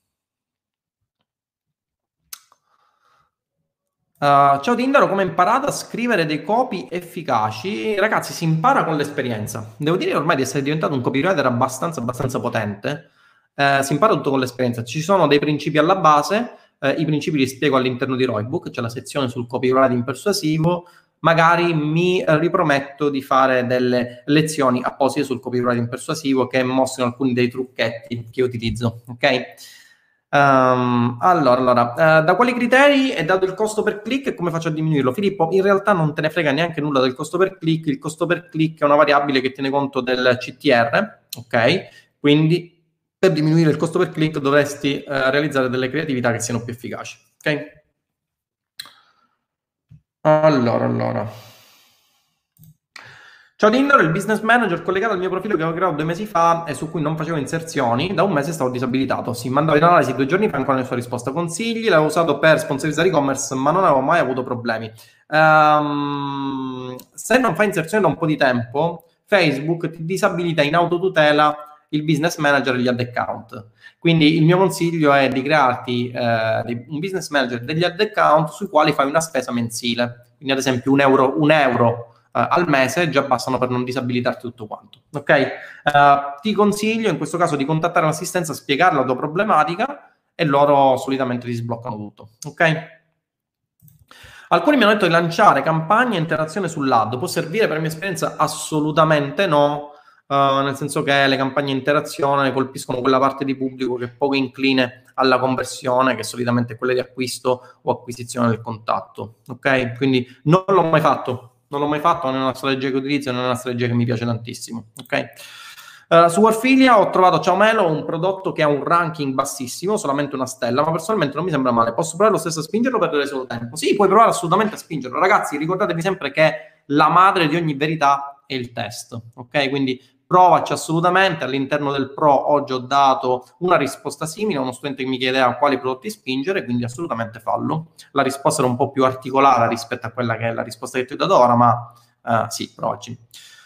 Uh, ciao Tindaro, come hai imparato a scrivere dei copy efficaci? Ragazzi, si impara con l'esperienza. Devo dire ormai di essere diventato un copywriter abbastanza, abbastanza potente. Uh, si impara tutto con l'esperienza. Ci sono dei principi alla base, uh, i principi li spiego all'interno di Roybook, c'è la sezione sul copywriting persuasivo. Magari mi uh, riprometto di fare delle lezioni apposite sul copywriting persuasivo che mostrino alcuni dei trucchetti che utilizzo, ok? Um, allora, allora uh, da quali criteri è dato il costo per click e come faccio a diminuirlo? Filippo, in realtà non te ne frega neanche nulla del costo per click. Il costo per click è una variabile che tiene conto del C T R, ok? Quindi per diminuire il costo per click dovresti uh, realizzare delle creatività che siano più efficaci, ok? Allora, allora. Ciao Tinder, il business manager collegato al mio profilo che avevo creato due mesi fa e su cui non facevo inserzioni, da un mese stavo disabilitato. Si mandava in analisi due giorni fa, ancora nessuna risposta. Consigli, l'avevo usato per sponsorizzare e-commerce, ma non avevo mai avuto problemi. Um, se non fai inserzioni da un po' di tempo, Facebook ti disabilita in autotutela il business manager e gli ad account. Quindi il mio consiglio è di crearti eh, un business manager degli ad account sui quali fai una spesa mensile. Quindi ad esempio un euro, un euro Uh, al mese già bastano per non disabilitarti tutto quanto, ok? Uh, ti consiglio in questo caso di contattare l'assistenza, spiegare la tua problematica e loro solitamente ti sbloccano tutto, ok? Alcuni mi hanno detto di lanciare campagne e interazione sull'ad. Può servire? Per mia esperienza assolutamente no, uh, nel senso che le campagne interazione colpiscono quella parte di pubblico che è poco incline alla conversione, che solitamente è quella di acquisto o acquisizione del contatto, ok? Quindi non l'ho mai fatto. Non l'ho mai fatto, non è una strategia che utilizzo, non è una strategia che mi piace tantissimo, ok? Uh, su Warfilia ho trovato, ciao Melo, un prodotto che ha un ranking bassissimo, solamente una stella, ma personalmente non mi sembra male. Posso provare lo stesso a spingerlo per perdere solo tempo? Sì, puoi provare assolutamente a spingerlo. Ragazzi, ricordatevi sempre che la madre di ogni verità è il test, ok? Quindi provaci assolutamente. All'interno del Pro oggi ho dato una risposta simile a uno studente che mi chiedeva quali prodotti spingere, quindi assolutamente fallo. La risposta era un po' più articolata rispetto a quella che è la risposta che ti ho dato ora, ma uh, sì, provaci.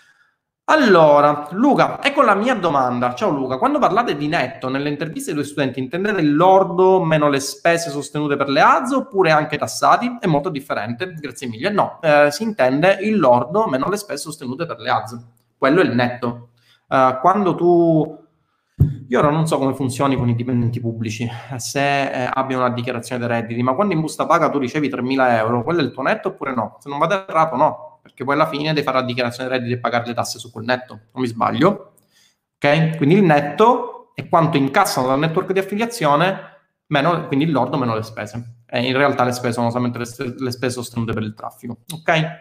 Allora, Luca, ecco la mia domanda. Ciao Luca, quando parlate di netto nelle interviste dei due studenti intendete il lordo meno le spese sostenute per le A Z oppure anche tassati? È molto differente, grazie mille. No, eh, si intende il lordo meno le spese sostenute per le A Z. Quello è il netto. Uh, quando tu... Io ora non so come funzioni con i dipendenti pubblici, se eh, abbiano una dichiarazione dei redditi, ma quando in busta paga tu ricevi tremila euro, quello è il tuo netto oppure no? Se non vado errato, no, perché poi alla fine devi fare la dichiarazione dei redditi e pagare le tasse su quel netto, non mi sbaglio? Ok? Quindi il netto è quanto incassano dal network di affiliazione, meno, quindi il lordo meno le spese. E in realtà le spese sono solamente le, le spese sostenute per il traffico, ok?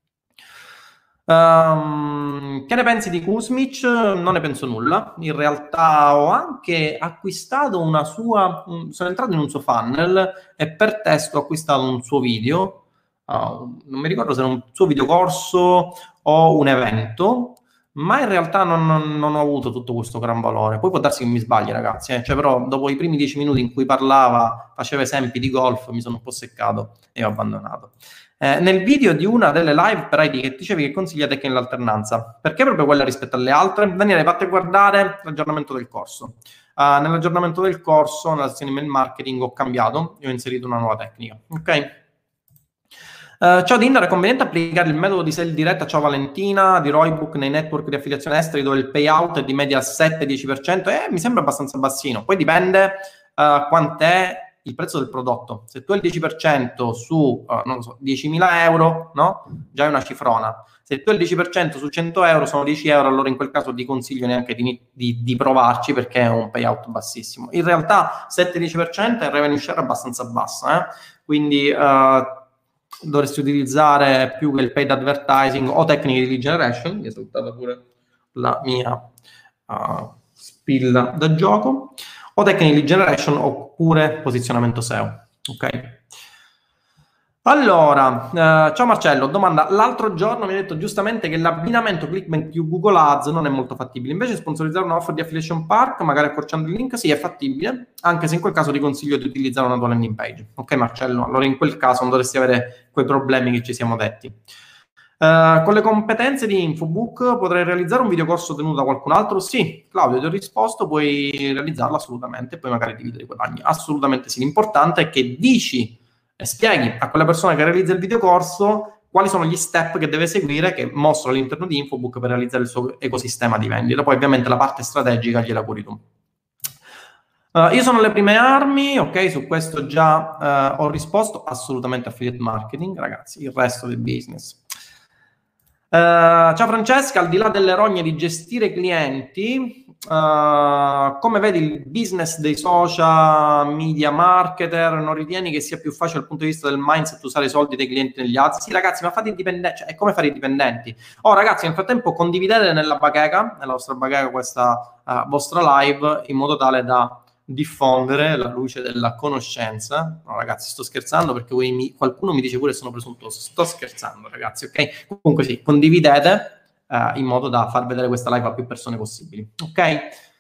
Um, che ne pensi di Kuzmic? Non ne penso nulla. In realtà ho anche acquistato una sua, un, sono entrato in un suo funnel e per testo ho acquistato un suo video, uh, non mi ricordo se era un suo videocorso o un evento, ma in realtà non, non- non ho avuto tutto questo gran valore. Poi può darsi che mi sbagli, ragazzi, eh. Cioè, però dopo i primi dieci minuti in cui parlava, faceva esempi di golf, mi sono un po' seccato e ho abbandonato. Eh, nel video di una delle live per I T che dicevi che consiglia tecniche dell'alternanza, perché proprio quella rispetto alle altre? Daniele, vatti a guardare l'aggiornamento del corso. Uh, nell'aggiornamento del corso, nella sezione email marketing, ho cambiato e ho inserito una nuova tecnica. Ok? Uh, ciao Tinder, è conveniente applicare il metodo di sale diretta, ciao Valentina, di Roybook nei network di affiliazione esteri dove il payout è di media sette dieci per cento? Eh, mi sembra abbastanza bassino. Poi dipende uh, quant'è il prezzo del prodotto. Se tu hai il dieci per cento su, uh, non lo so, diecimila euro, no? Già è una cifrona. Se tu hai il dieci per cento su cento euro, sono dieci euro, allora in quel caso ti consiglio neanche di, di, di provarci perché è un payout bassissimo. In realtà sette dieci per cento è il revenue share abbastanza basso, eh? Quindi uh, dovresti utilizzare più che il paid advertising o tecniche di lead generation. Mi è saltata pure la mia uh, spilla da gioco, o tecniche di lead generation oppure posizionamento S E O. Ok? Allora, eh, ciao Marcello, domanda. L'altro giorno mi hai detto giustamente che l'abbinamento ClickBank più Google Ads non è molto fattibile. Invece sponsorizzare una offer di Affiliation Park, magari accorciando il link, sì, è fattibile, anche se in quel caso ti consiglio di utilizzare una tua landing page. Ok Marcello? Allora in quel caso non dovresti avere quei problemi che ci siamo detti. Uh, con le competenze di Infobook potrei realizzare un videocorso tenuto da qualcun altro? Sì, Claudio, ti ho risposto, puoi realizzarlo assolutamente, poi magari dividere i guadagni. Assolutamente sì, l'importante è che dici e spieghi a quella persona che realizza il videocorso quali sono gli step che deve seguire, che mostro all'interno di Infobook per realizzare il suo ecosistema di vendita. Poi ovviamente la parte strategica gliela curi tu. Uh, io sono alle prime armi, ok, su questo già uh, ho risposto, assolutamente affiliate marketing, ragazzi, il resto del business. Uh, ciao Francesca, al di là delle rogne di gestire clienti, uh, come vedi il business dei social media marketer, non ritieni che sia più facile dal punto di vista del mindset usare i soldi dei clienti negli ads? Sì ragazzi, ma fate i dipendenti, cioè è come fare i dipendenti. Oh ragazzi, nel frattempo condividete nella bacheca, nella vostra bacheca questa uh, vostra live in modo tale da diffondere la luce della conoscenza. No ragazzi, sto scherzando perché voi mi, qualcuno mi dice pure che sono presuntuoso, sto scherzando ragazzi, ok? Comunque sì, condividete eh, in modo da far vedere questa live a più persone possibili, ok?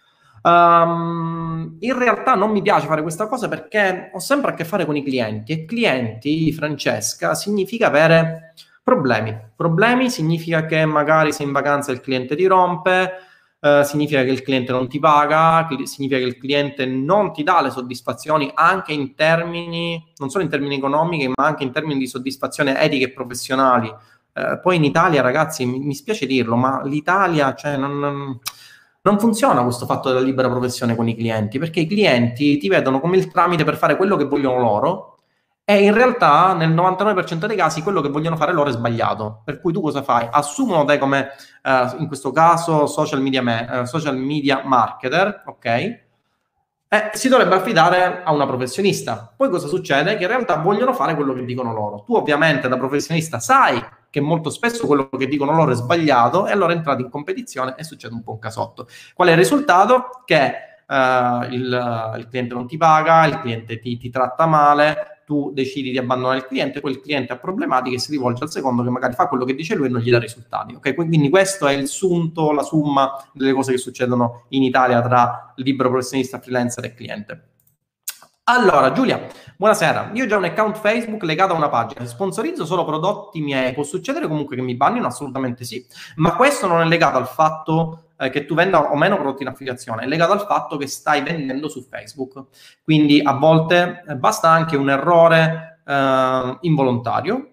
Um, in realtà non mi piace fare questa cosa perché ho sempre a che fare con i clienti e clienti, Francesca, significa avere problemi. Problemi significa che magari sei in vacanza e il cliente ti rompe, Uh, significa che il cliente non ti paga, significa che il cliente non ti dà le soddisfazioni anche in termini, non solo in termini economici, ma anche in termini di soddisfazione etiche e professionali. Uh, poi in Italia, ragazzi, mi, mi spiace dirlo, ma l'Italia, cioè, non, non, non funziona questo fatto della libera professione con i clienti, perché i clienti ti vedono come il tramite per fare quello che vogliono loro, e in realtà nel novantanove per cento dei casi quello che vogliono fare loro è sbagliato. Per cui tu cosa fai? Assumono te come, uh, in questo caso, social media, me- uh, social media marketer, ok? E si dovrebbe affidare a una professionista. Poi cosa succede? Che in realtà vogliono fare quello che dicono loro. Tu ovviamente da professionista sai che molto spesso quello che dicono loro è sbagliato e allora entrate in competizione e succede un po' un casotto. Qual è il risultato? Che uh, il, il cliente non ti paga, il cliente ti, ti tratta male, tu decidi di abbandonare il cliente, poi il cliente ha problematiche e si rivolge al secondo che magari fa quello che dice lui e non gli dà risultati. Ok, quindi questo è il sunto, la somma delle cose che succedono in Italia tra libero professionista, freelancer e cliente. Allora, Giulia, buonasera. Io ho già un account Facebook legato a una pagina. Sponsorizzo solo prodotti miei. Può succedere comunque che mi bannino? Assolutamente sì. Ma questo non è legato al fatto eh, che tu venda o meno prodotti in affiliazione, è legato al fatto che stai vendendo su Facebook. Quindi a volte eh, basta anche un errore eh, involontario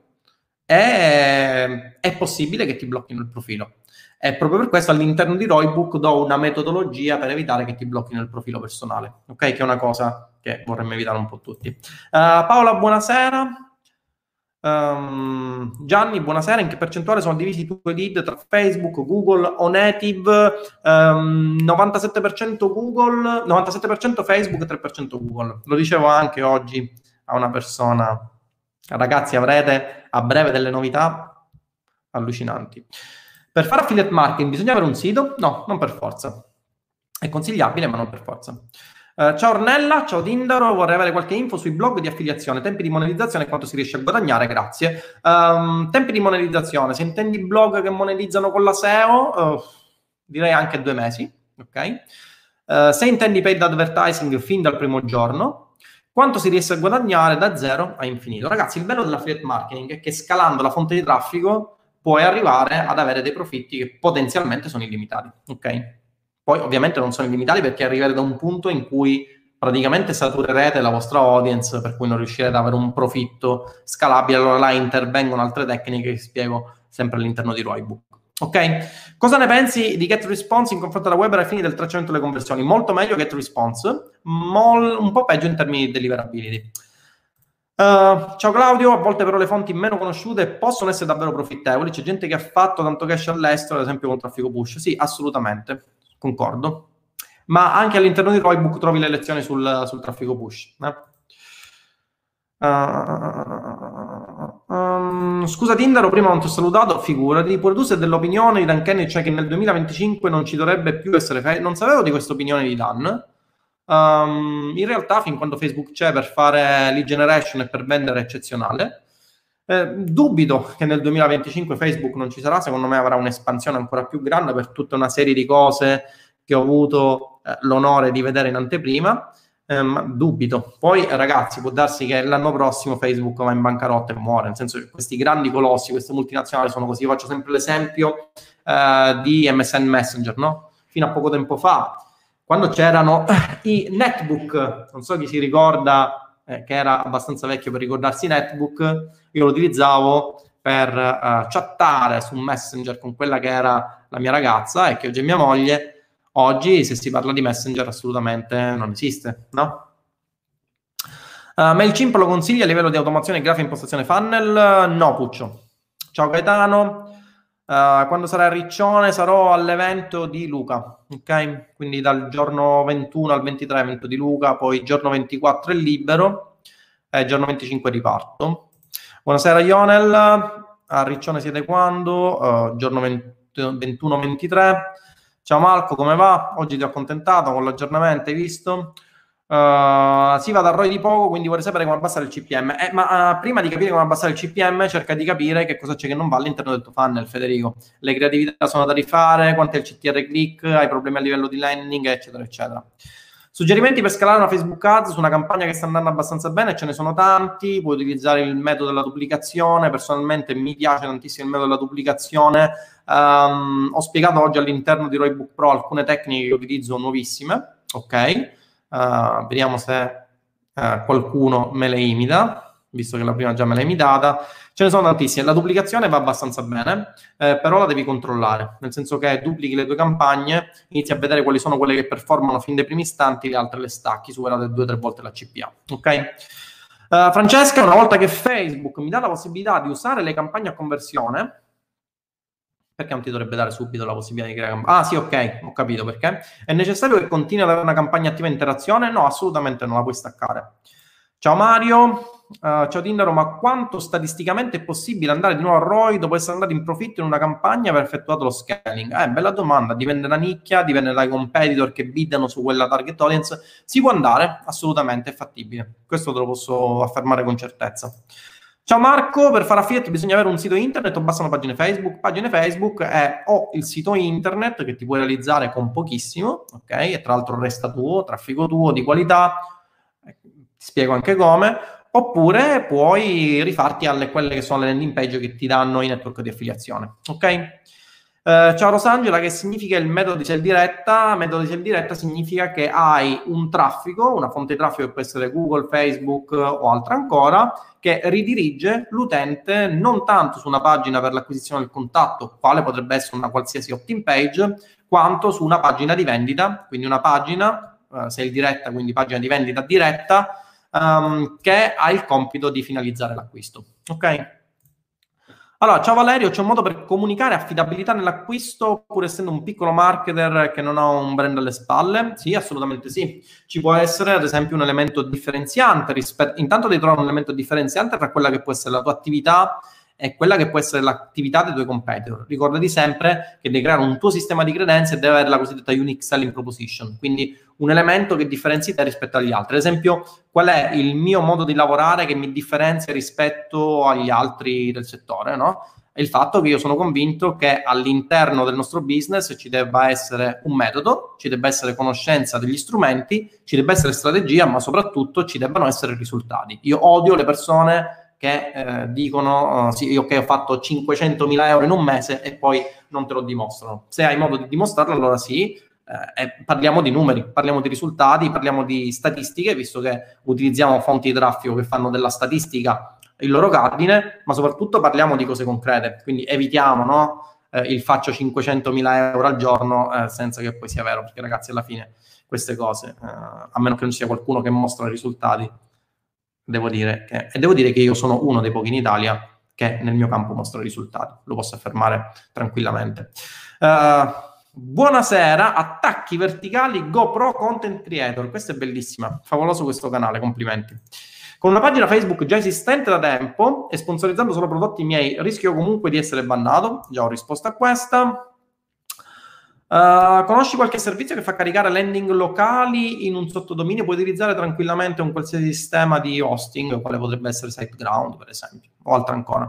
e è possibile che ti blocchino il profilo. E proprio per questo all'interno di Roybook do una metodologia per evitare che ti blocchino il profilo personale, ok? Che è una cosa che vorremmo evitare un po' tutti. Uh, Paola, buonasera. Um, Gianni, buonasera. In che percentuale sono divisi i tuoi lead tra Facebook, Google o Native? Um, novantasette per cento Google, novantasette per cento Facebook, tre per cento Google. Lo dicevo anche oggi a una persona. Ragazzi, avrete a breve delle novità allucinanti. Per fare affiliate marketing bisogna avere un sito? No, non per forza. È consigliabile, ma non per forza. Uh, ciao Ornella, ciao Tindaro, vorrei avere qualche info sui blog di affiliazione, tempi di monetizzazione e quanto si riesce a guadagnare, grazie. Um, tempi di monetizzazione, se intendi blog che monetizzano con la S E O, uh, direi anche due mesi, ok? Uh, se intendi paid advertising fin dal primo giorno, quanto si riesce a guadagnare da zero a infinito? Ragazzi, il bello dell'affiliate marketing è che scalando la fonte di traffico puoi arrivare ad avere dei profitti che potenzialmente sono illimitati, ok? Poi ovviamente non sono illimitati perché arrivate da un punto in cui praticamente saturerete la vostra audience, per cui non riuscirete ad avere un profitto scalabile, allora là intervengono altre tecniche che spiego sempre all'interno di Roybook. Ok? Cosa ne pensi di GetResponse in confronto alla Weber ai fini del tracciamento delle conversioni? Molto meglio GetResponse, mol, un po' peggio in termini di deliverability. Uh, ciao Claudio, a volte però le fonti meno conosciute possono essere davvero profittevoli. C'è gente che ha fatto tanto cash all'estero, ad esempio con traffico push. Sì, assolutamente, concordo. Ma anche all'interno di Roybook trovi le lezioni sul, sul traffico push. Eh? Uh, um, scusa Tindaro, prima non ti ho salutato, figurati, pure tu sei dell'opinione di Dan Kennedy, cioè che nel duemilaventicinque non ci dovrebbe più essere Facebook. Non sapevo di questa opinione di Dan. Um, in realtà fin quando Facebook c'è per fare lead generation e per vendere è eccezionale. Eh, dubito che nel duemilaventicinque Facebook non ci sarà, secondo me avrà un'espansione ancora più grande per tutta una serie di cose che ho avuto eh, l'onore di vedere in anteprima, eh, ma dubito. Poi ragazzi, può darsi che l'anno prossimo Facebook va in bancarotta e muore, nel senso che questi grandi colossi, queste multinazionali sono così. Io faccio sempre l'esempio eh, di M S N Messenger, no? Fino a poco tempo fa, quando c'erano i netbook, non so chi si ricorda, eh, che era abbastanza vecchio per ricordarsi netbook, io lo utilizzavo per uh, chattare su Messenger con quella che era la mia ragazza e che oggi è mia moglie. Oggi, se si parla di Messenger, assolutamente non esiste, no? Uh, MailChimp lo consiglia a livello di automazione, grafica, impostazione funnel? No, Puccio. Ciao Gaetano. Uh, quando sarà a Riccione sarò all'evento di Luca, ok? Quindi dal giorno ventuno al ventitré evento di Luca, poi il giorno ventiquattro è libero e il giorno venticinque riparto. Buonasera Ionel, a Riccione siete quando? Uh, giorno ventuno ventitré. Ciao Marco, come va? Oggi ti ho accontentato con l'aggiornamento, hai visto? Uh, si va da R O I di poco, quindi vorrei sapere come abbassare il C P M. Eh, ma uh, prima di capire come abbassare il C P M, cerca di capire che cosa c'è che non va all'interno del tuo funnel, Federico. Le creatività sono da rifare, quanto è il C T R click, hai problemi a livello di landing, eccetera, eccetera. Suggerimenti per scalare una Facebook Ads su una campagna che sta andando abbastanza bene, ce ne sono tanti. Puoi utilizzare il metodo della duplicazione. Personalmente mi piace tantissimo il metodo della duplicazione. Um, ho spiegato oggi all'interno di Roybook Pro alcune tecniche che utilizzo nuovissime, ok? Uh, vediamo se uh, qualcuno me le imita, visto che la prima già me l'ha imitata. Ce ne sono tantissime. La duplicazione va abbastanza bene, eh, però la devi controllare, nel senso che duplichi le tue campagne, inizi a vedere quali sono quelle che performano fin dai primi istanti, le altre le stacchi, superate due o tre volte la C P A, ok? Uh, Francesca, una volta che Facebook mi dà la possibilità di usare le campagne a conversione, perché non ti dovrebbe dare subito la possibilità di creare campagna? Ah sì, ok, ho capito perché. È necessario che continui ad avere una campagna attiva interazione? No, assolutamente non la puoi staccare. Ciao Mario, uh, ciao Tindaro, ma quanto statisticamente è possibile andare di nuovo a R O I dopo essere andato in profitto in una campagna aver effettuato lo scaling? Eh, bella domanda, dipende da nicchia, dipende dai competitor che biddano su quella target audience. Si può andare, assolutamente, è fattibile. Questo te lo posso affermare con certezza. Ciao Marco, per fare affiliate bisogna avere un sito internet o bastano pagine Facebook? Pagine Facebook è o il sito internet che ti puoi realizzare con pochissimo, ok? E tra l'altro resta tuo, traffico tuo, di qualità, ti spiego anche come, oppure puoi rifarti alle quelle che sono le landing page che ti danno i network di affiliazione, ok? Uh, ciao Rosangela, che significa il metodo di sell diretta? Metodo di sell diretta significa che hai un traffico, una fonte di traffico che può essere Google, Facebook o altra ancora, che ridirige l'utente non tanto su una pagina per l'acquisizione del contatto, quale potrebbe essere una qualsiasi opt-in page, quanto su una pagina di vendita, quindi una pagina, uh, sell diretta, quindi pagina di vendita diretta, um, che ha il compito di finalizzare l'acquisto, ok? Allora, ciao Valerio, c'è un modo per comunicare affidabilità nell'acquisto pur essendo un piccolo marketer che non ha un brand alle spalle? Sì, assolutamente sì. Ci può essere ad esempio un elemento differenziante rispetto... Intanto devi trovare un elemento differenziante tra quella che può essere la tua attività e quella che può essere l'attività dei tuoi competitor. Ricordati sempre che devi creare un tuo sistema di credenze e deve avere la cosiddetta unique selling proposition, quindi un elemento che differenzi te rispetto agli altri. Ad esempio, qual è il mio modo di lavorare che mi differenzia rispetto agli altri del settore, no? è il fatto che io sono convinto che all'interno del nostro business ci debba essere un metodo, ci debba essere conoscenza degli strumenti, ci debba essere strategia, ma soprattutto ci debbano essere risultati. Io odio le persone che eh, dicono uh, sì, ok, ho fatto cinquecentomila euro in un mese e poi non te lo dimostrano. Se hai modo di dimostrarlo, allora sì, eh, parliamo di numeri, parliamo di risultati, parliamo di statistiche, visto che utilizziamo fonti di traffico che fanno della statistica il loro cardine, ma soprattutto parliamo di cose concrete, quindi evitiamo, no? Eh, il faccio cinquecentomila euro al giorno eh, senza che poi sia vero, perché ragazzi alla fine queste cose, eh, a meno che non sia qualcuno che mostra i risultati, devo dire che, e devo dire che io sono uno dei pochi in Italia che nel mio campo mostra i risultati, lo posso affermare tranquillamente. Uh, buonasera, attacchi verticali GoPro Content Creator, questa è bellissima, favoloso questo canale, complimenti. Con una pagina Facebook già esistente da tempo e sponsorizzando solo prodotti miei, rischio comunque di essere bannato? Già ho risposto a questa. Uh, conosci qualche servizio che fa caricare landing locali in un sottodominio? Puoi utilizzare tranquillamente un qualsiasi sistema di hosting, quale potrebbe essere SiteGround, per esempio, o altro ancora.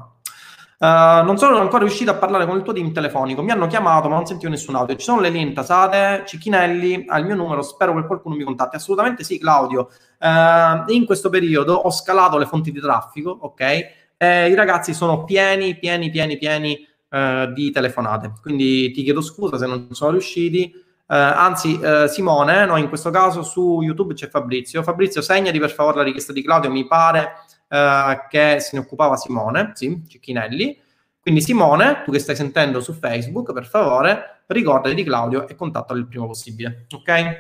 Uh, non sono ancora riuscito a parlare con il tuo team telefonico, mi hanno chiamato ma non sentivo nessun audio. Ci sono le link tasate, Cicchinelli al mio numero, spero che qualcuno mi contatti. Assolutamente sì, Claudio. Uh, in questo periodo ho scalato le fonti di traffico, ok? E i ragazzi sono pieni, pieni, pieni, pieni uh, di telefonate, quindi ti chiedo scusa se non sono riusciti. Uh, anzi, uh, Simone, no, in questo caso su YouTube c'è Fabrizio. Fabrizio, segnati per favore la richiesta di Claudio, mi pare Uh, che se ne occupava Simone, sì, Cicchinelli. Quindi Simone, tu che stai sentendo su Facebook, per favore, ricordati di Claudio e contattalo il prima possibile, ok?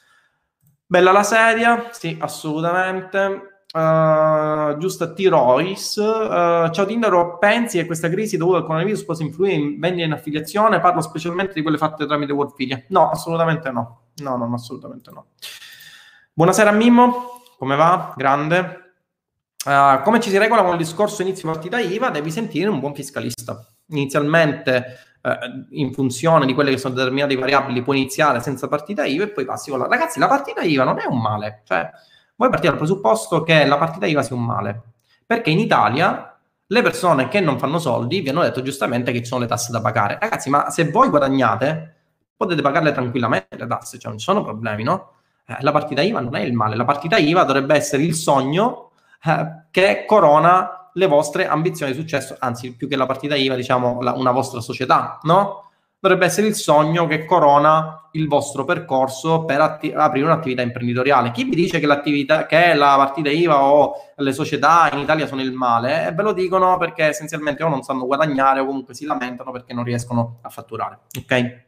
Bella la sedia, sì, assolutamente. Uh, giusta T-Royce. Uh, ciao Tindaro, pensi che questa crisi dovuta al coronavirus possa influire in vendite in affiliazione? Parlo specialmente di quelle fatte tramite Wordfilia. No, assolutamente no. No, no, assolutamente no. Buonasera Mimmo, come va? Grande. Uh, come ci si regola con il discorso inizio partita I V A? Devi sentire un buon fiscalista. Inizialmente, uh, in funzione di quelle che sono determinate variabili, puoi iniziare senza partita I V A e poi passi con la... Ragazzi, la partita I V A non è un male. Cioè, voi partite dal presupposto che la partita I V A sia un male. Perché in Italia le persone che non fanno soldi vi hanno detto giustamente che ci sono le tasse da pagare. Ragazzi, ma se voi guadagnate, potete pagarle tranquillamente le tasse, cioè non ci sono problemi, no? Eh, la partita I V A non è il male. La partita I V A dovrebbe essere il sogno Eh, che corona le vostre ambizioni di successo, anzi più che la partita I V A diciamo la, una vostra società, no? Dovrebbe essere il sogno che corona il vostro percorso per atti- aprire un'attività imprenditoriale. Chi vi dice che l'attività, che la partita I V A o le società in Italia sono il male? E ve lo dicono perché essenzialmente o non sanno guadagnare o comunque si lamentano perché non riescono a fatturare, ok?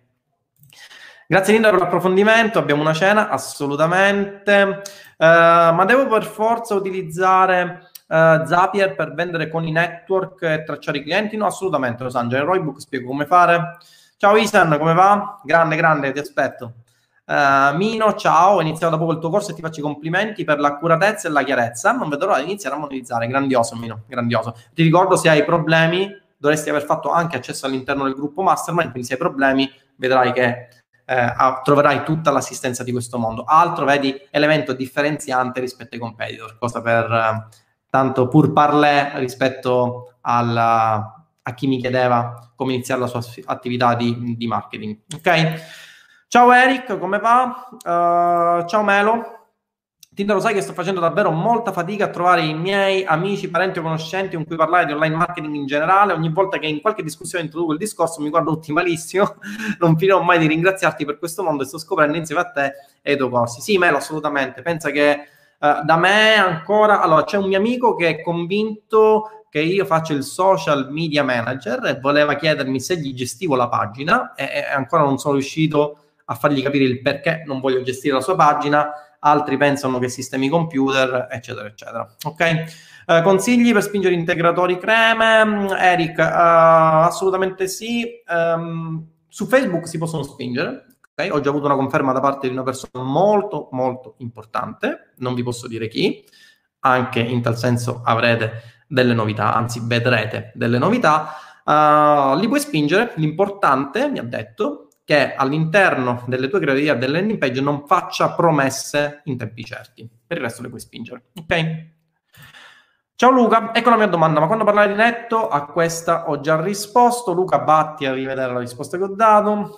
Grazie Linda per l'approfondimento, abbiamo una cena, assolutamente. Uh, ma devo per forza utilizzare uh, Zapier per vendere con i network e tracciare i clienti? No, assolutamente, Rosangela. In Roybook spiego come fare. Ciao Isan, come va? Grande, grande, ti aspetto. Uh, Mino, ciao, ho iniziato da poco il tuo corso e ti faccio i complimenti per l'accuratezza e la chiarezza. Non vedo l'ora di iniziare a monetizzare. Grandioso, Mino, grandioso. Ti ricordo, se hai problemi, dovresti aver fatto anche accesso all'interno del gruppo Mastermind, quindi se hai problemi vedrai che Eh, troverai tutta l'assistenza di questo mondo. Altro, vedi, elemento differenziante rispetto ai competitor, cosa per eh, tanto pur parler rispetto alla, a chi mi chiedeva come iniziare la sua attività di, di marketing. Ok? Ciao Eric, come va? Uh, ciao Melo. Tinder, lo sai che sto facendo davvero molta fatica a trovare i miei amici, parenti o conoscenti con cui parlare di online marketing in generale. Ogni volta che in qualche discussione introduco il discorso mi guardo tutti malissimo. Non finirò mai di ringraziarti per questo mondo e sto scoprendo insieme a te e ai tuoi corsi. Sì, Melo, assolutamente. Pensa che uh, da me ancora... Allora, c'è un mio amico che è convinto che io faccio il social media manager e voleva chiedermi se gli gestivo la pagina e, e ancora non sono riuscito a fargli capire il perché non voglio gestire la sua pagina. Altri pensano che sistemi computer, eccetera, eccetera. Ok? Uh, consigli per spingere integratori creme? Eric, uh, assolutamente sì. Um, su Facebook si possono spingere. Okay? Ho già avuto una conferma da parte di una persona molto, molto importante. Non vi posso dire chi. Anche in tal senso avrete delle novità, anzi vedrete delle novità. Uh, li puoi spingere. L'importante, mi ha detto, che all'interno delle tue creatività delle landing page non faccia promesse in tempi certi. Per il resto le puoi spingere, ok? Ciao Luca, ecco la mia domanda, ma quando parlare di netto a questa ho già risposto. Luca, batti a rivedere la risposta che ho dato.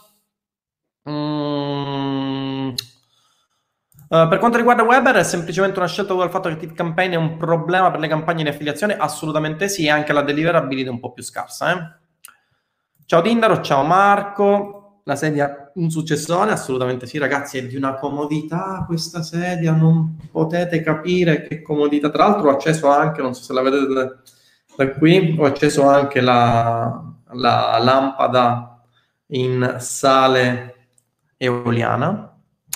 Mm. Uh, per quanto riguarda Weber, è semplicemente una scelta dovuta al fatto che ActiveCampaign è un problema per le campagne di affiliazione? Assolutamente sì, e anche la deliverability è un po' più scarsa. Eh? Ciao Tindaro, ciao Marco. La sedia un successone? Assolutamente sì, ragazzi, è di una comodità questa sedia, non potete capire che comodità. Tra l'altro ho acceso anche, non so se la vedete da, da qui, ho acceso anche la, la lampada in sale eoliana.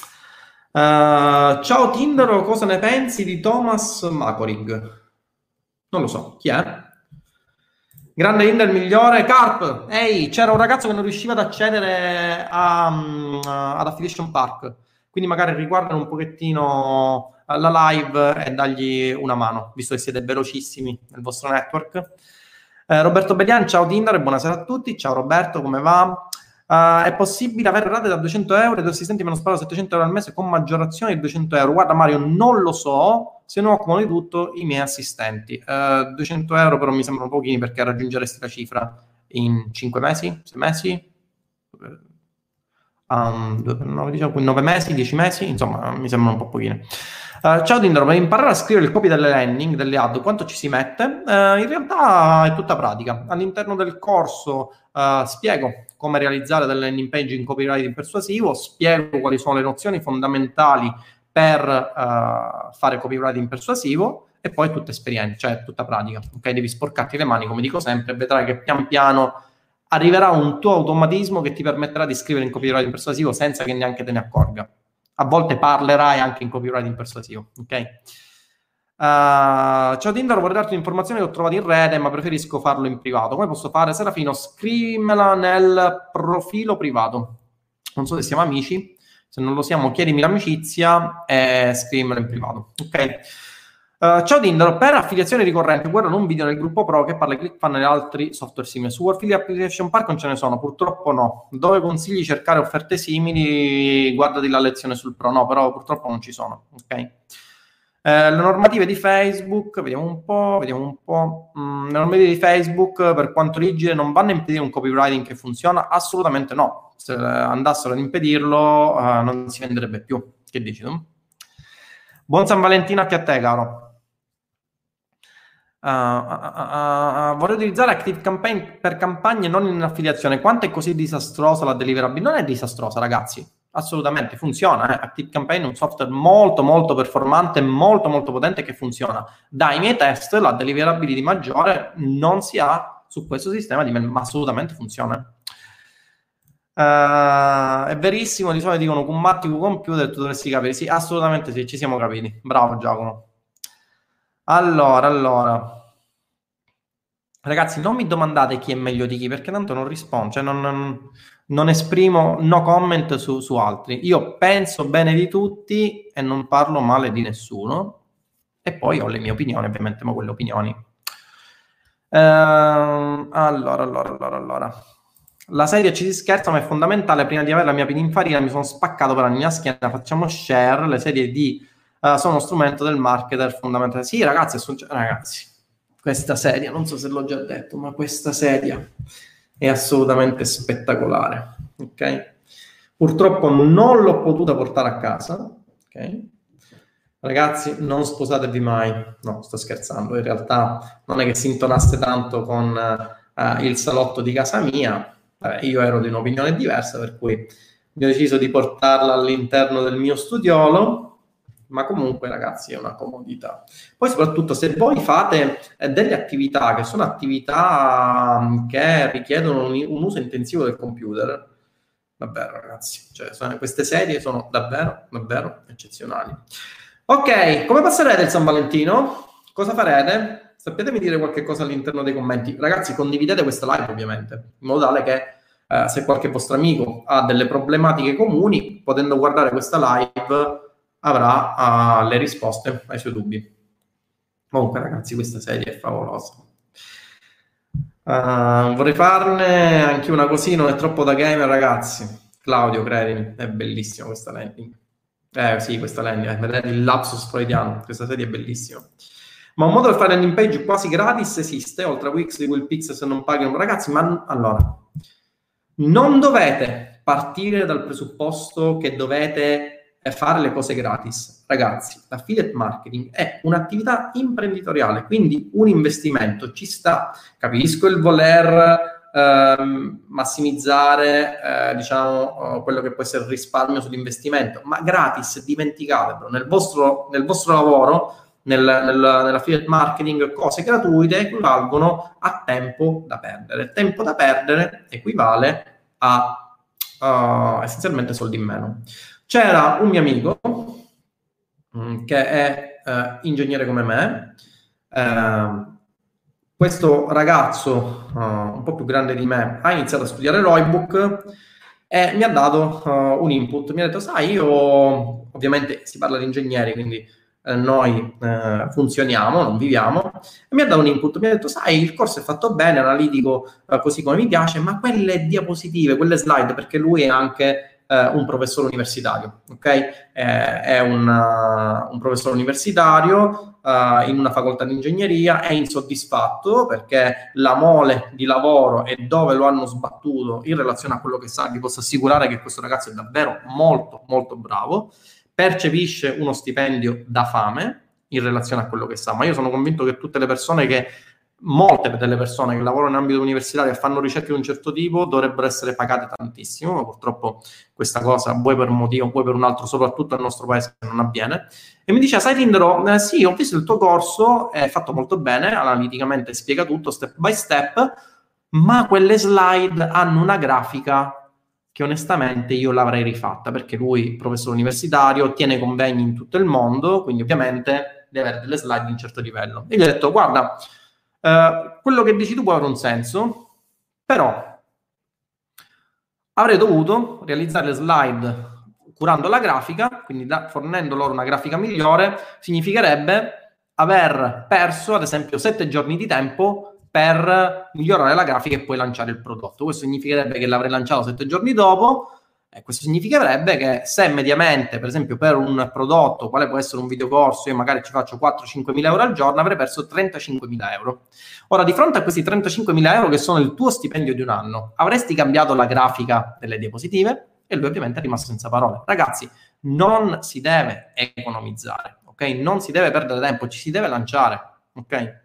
Uh, ciao Tindaro, cosa ne pensi di Thomas Makorig? Non lo so, chi è? Grande Tinder migliore, Carp. Ehi, c'era un ragazzo che non riusciva ad accedere a, um, ad Affiliation Park, quindi magari riguardano un pochettino la live e dagli una mano, visto che siete velocissimi nel vostro network. Eh, Roberto Belian, ciao Tinder e buonasera a tutti. Ciao Roberto, come va? Uh, è possibile avere rate da duecento euro e due assistenti me lo sparo settecento euro al mese con maggiorazione di duecento euro? Guarda Mario, non lo so, se ne occupano di tutto i miei assistenti. Uh, duecento euro però mi sembrano pochini perché raggiungeresti la cifra in cinque mesi, sei mesi, um, nove mesi, dieci mesi, insomma mi sembrano un po' pochine. Uh, ciao Tindaro, per imparare a scrivere il copy delle landing, delle ad, quanto ci si mette? Uh, in realtà è tutta pratica. All'interno del corso uh, spiego come realizzare delle landing page in copywriting persuasivo, spiego quali sono le nozioni fondamentali per uh, fare copywriting persuasivo e poi è tutta esperienza, cioè tutta pratica. Ok, devi sporcarti le mani, come dico sempre, e vedrai che pian piano arriverà un tuo automatismo che ti permetterà di scrivere in copywriting persuasivo senza che neanche te ne accorga. A volte parlerai anche in copywriting persuasivo, ok? Uh, ciao Tindaro, vorrei darti un'informazione che ho trovato in rete, ma preferisco farlo in privato. Come posso fare? Serafino, scrivimela nel profilo privato. Non so se siamo amici, se non lo siamo chiedimi l'amicizia e scrivimela in privato, ok? Uh, ciao Tindaro, per affiliazione ricorrente guardano un video nel gruppo pro che parla di ClickFunnels e altri software simili. Su Affiliate Application Park non ce ne sono, purtroppo no. Dove consigli cercare offerte simili? Guardati la lezione sul pro, no, però purtroppo non ci sono, ok? Eh, le normative di Facebook, vediamo un po', vediamo un po'. Mm, le normative di Facebook per quanto rigide non vanno a impedire un copywriting che funziona? Assolutamente no. Se andassero ad impedirlo uh, non si venderebbe più. Che dici tu? Buon San Valentino anche a te, caro. Uh, uh, uh, uh, vorrei utilizzare ActiveCampaign per campagne non in affiliazione. Quanto è così disastrosa la deliverability? Non è disastrosa, ragazzi, assolutamente funziona. eh. ActiveCampaign è un software molto molto performante, molto molto potente che funziona. Dai miei test la deliverability maggiore non si ha su questo sistema, di ma assolutamente funziona. Uh, è verissimo, di solito dicono con Matti con computer tu dovresti capire. Sì, assolutamente sì, ci siamo capiti. Bravo Giacomo. Allora, allora, ragazzi, non mi domandate chi è meglio di chi, perché tanto non rispondo, cioè non, non, non esprimo no comment su, su altri. Io penso bene di tutti e non parlo male di nessuno. E poi ho le mie opinioni, ovviamente, ma quelle opinioni. Ehm, allora, allora, allora, allora. La serie ci si scherza, ma è fondamentale. Prima di avere la mia pininfarina mi sono spaccato per la mia schiena. Facciamo share. Le serie di Uh, sono uno strumento del marketer fondamentale. Sì, ragazzi, sono... ragazzi, questa sedia, non so se l'ho già detto, ma questa sedia è assolutamente spettacolare. Ok? Purtroppo non l'ho potuta portare a casa. Ok? Ragazzi, non sposatevi mai. No, sto scherzando. In realtà non è che si intonasse tanto con uh, il salotto di casa mia. Vabbè, io ero di un'opinione diversa, per cui ho deciso di portarla all'interno del mio studiolo. Ma comunque ragazzi è una comodità. Poi soprattutto se voi fate eh, delle attività che sono attività um, che richiedono un, un uso intensivo del computer, davvero ragazzi, cioè, sono, queste serie sono davvero, davvero eccezionali. Ok, come passerete il San Valentino? Cosa farete? Sappiatemi dire qualche cosa all'interno dei commenti. Ragazzi, condividete questa live ovviamente, in modo tale che eh, se qualche vostro amico ha delle problematiche comuni, potendo guardare questa live avrà uh, le risposte ai suoi dubbi. Comunque ragazzi, questa serie è favolosa. Uh, vorrei farne anche una così, non è troppo da gamer ragazzi. Claudio, credimi, è bellissima questa landing. Eh sì, questa landing, vedete il lapsus freudiano, questa serie è bellissima. Ma un modo per fare landing page quasi gratis esiste, oltre a Wix, di Will Pix, se non pagano ragazzi, ma allora, non dovete partire dal presupposto che dovete fare le cose gratis. Ragazzi, l'affiliate marketing è un'attività imprenditoriale, quindi un investimento ci sta. Capisco il voler ehm, massimizzare, eh, diciamo, quello che può essere il risparmio sull'investimento, ma gratis, dimenticatelo. Nel vostro, nel vostro lavoro, nel, nel, nell'affiliate marketing, cose gratuite equivalgono a tempo da perdere. Tempo da perdere equivale a uh, essenzialmente soldi in meno. C'era un mio amico mh, che è uh, ingegnere come me. Uh, questo ragazzo uh, un po' più grande di me ha iniziato a studiare Roybook e mi ha dato uh, un input. Mi ha detto, sai, io ovviamente si parla di ingegneri, quindi eh, noi eh, funzioniamo, non viviamo, e mi ha dato un input. Mi ha detto, sai, il corso è fatto bene, analitico, eh, così come mi piace, ma quelle diapositive, quelle slide, perché lui è anche eh, un professore universitario, ok? Eh, è un, uh, un professore universitario uh, in una facoltà di ingegneria, è insoddisfatto perché la mole di lavoro e dove lo hanno sbattuto in relazione a quello che sa. Vi posso assicurare che questo ragazzo è davvero molto, molto bravo, percepisce uno stipendio da fame in relazione a quello che sa, ma io sono convinto che tutte le persone che, molte delle persone che lavorano in ambito universitario e fanno ricerche di un certo tipo dovrebbero essere pagate tantissimo, ma purtroppo questa cosa, vuoi per un motivo, vuoi per un altro, soprattutto nel nostro paese, non avviene. E mi dice, sai Tindaro, eh, sì, ho visto il tuo corso, è fatto molto bene, analiticamente spiega tutto, step by step, ma quelle slide hanno una grafica che onestamente io l'avrei rifatta, perché lui, professore universitario, tiene convegni in tutto il mondo, quindi ovviamente deve avere delle slide di un certo livello. E gli ho detto, guarda, eh, quello che dici tu può avere un senso, però avrei dovuto realizzare le slide curando la grafica, quindi da, fornendo loro una grafica migliore, significherebbe aver perso, ad esempio, sette giorni di tempo per migliorare la grafica e poi lanciare il prodotto. Questo significherebbe che l'avrei lanciato sette giorni dopo, e questo significherebbe che se mediamente, per esempio, per un prodotto, quale può essere un videocorso, io magari ci faccio quattro cinque mila euro al giorno, avrei perso trentacinquemila euro. Ora, di fronte a questi trentacinquemila euro, che sono il tuo stipendio di un anno, avresti cambiato la grafica delle diapositive? E lui ovviamente è rimasto senza parole. Ragazzi, non si deve economizzare, ok? Non si deve perdere tempo, ci si deve lanciare, ok?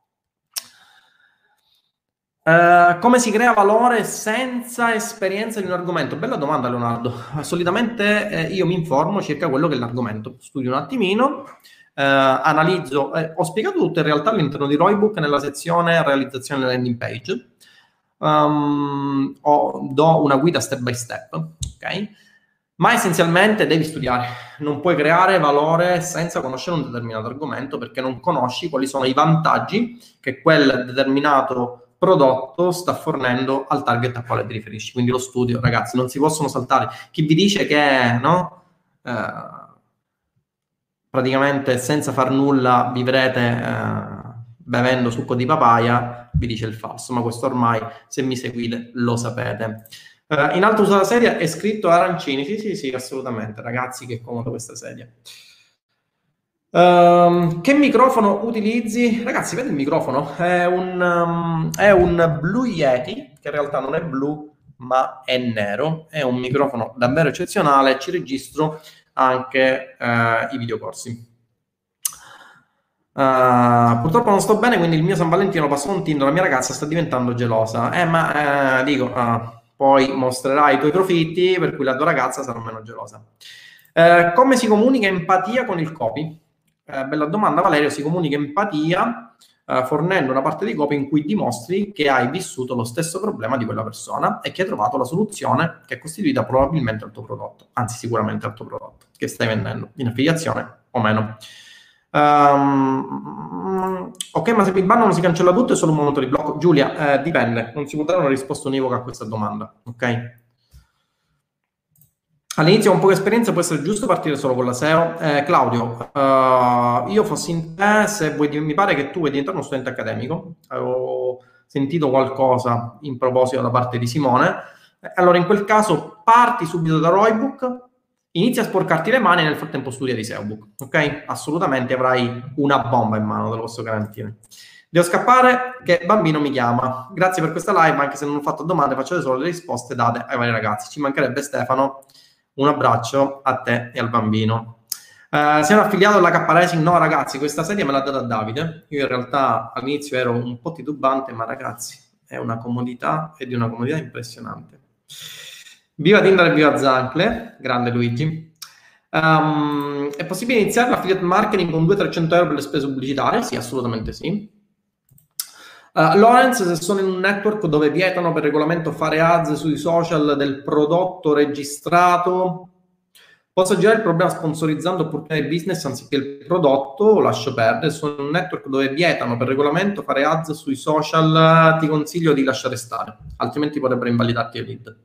Uh, come si crea valore senza esperienza di un argomento? Bella domanda, Leonardo. Solitamente eh, io mi informo circa quello che è l'argomento, studio un attimino, eh, analizzo, eh, ho spiegato tutto in realtà all'interno di Roybook nella sezione realizzazione landing page. Um, ho, do una guida step by step, ok? Ma essenzialmente devi studiare, non puoi creare valore senza conoscere un determinato argomento, perché non conosci quali sono i vantaggi che quel determinato prodotto sta fornendo al target a quale ti riferisci. Quindi lo studio, ragazzi, non si possono saltare. Chi vi dice che no, eh, praticamente senza far nulla vivrete eh, bevendo succo di papaya, vi dice il falso, ma questo ormai, se mi seguite, lo sapete. Uh, in alto sulla sedia è scritto arancini. Sì, sì, sì, assolutamente. Ragazzi, che comodo questa sedia. Um, che microfono utilizzi? Ragazzi, vedete il microfono? È un, um, è un Blue Yeti, che in realtà non è blu, ma è nero. È un microfono davvero eccezionale. Ci registro anche uh, i videocorsi. Uh, purtroppo non sto bene, quindi il mio San Valentino passò un Tinder. La mia ragazza sta diventando gelosa. Eh, ma uh, dico... Uh, poi mostrerai i tuoi profitti, per cui la tua ragazza sarà meno gelosa. Eh, come si comunica empatia con il copy? Eh, bella domanda, Valerio. Si comunica empatia eh, fornendo una parte di copy in cui dimostri che hai vissuto lo stesso problema di quella persona e che hai trovato la soluzione che è costituita probabilmente al tuo prodotto, anzi sicuramente al tuo prodotto che stai vendendo in affiliazione o meno. Um, ok, ma se mi bannano si cancella tutto, è solo un momento di blocco? Giulia, eh, dipende, non si può dare una risposta univoca a questa domanda, ok? All'inizio con poca esperienza può essere giusto partire solo con la S E O. Eh, Claudio, uh, io fossi in te, se vuoi, mi pare che tu vuoi diventare uno studente accademico, avevo sentito qualcosa in proposito da parte di Simone, allora in quel caso parti subito da Roybook, inizia a sporcarti le mani e nel frattempo studia di S E O Book, ok? Assolutamente avrai una bomba in mano, te lo posso garantire. Devo scappare, che bambino mi chiama. Grazie per questa live, anche se non ho fatto domande, faccio solo le risposte date ai vari ragazzi. Ci mancherebbe, Stefano. Un abbraccio a te e al bambino. Uh, sei un affiliato della K Racing? No, ragazzi, questa sedia me l'ha data Davide. Io in realtà all'inizio ero un po' titubante, ma ragazzi, è una comodità, è di una comodità impressionante. Viva Tinder e viva Zancle, grande Luigi. Um, è possibile iniziare l'affiliate marketing con duecento trecento euro per le spese pubblicitarie? Sì, assolutamente sì. Uh, Lorenz, se sono in un network dove vietano per regolamento fare ads sui social del prodotto registrato, posso girare il problema sponsorizzando opportunità di business anziché il prodotto o lascio perdere? Se sono in un network dove vietano per regolamento fare ads sui social, ti consiglio di lasciare stare, altrimenti potrebbero invalidarti il lead.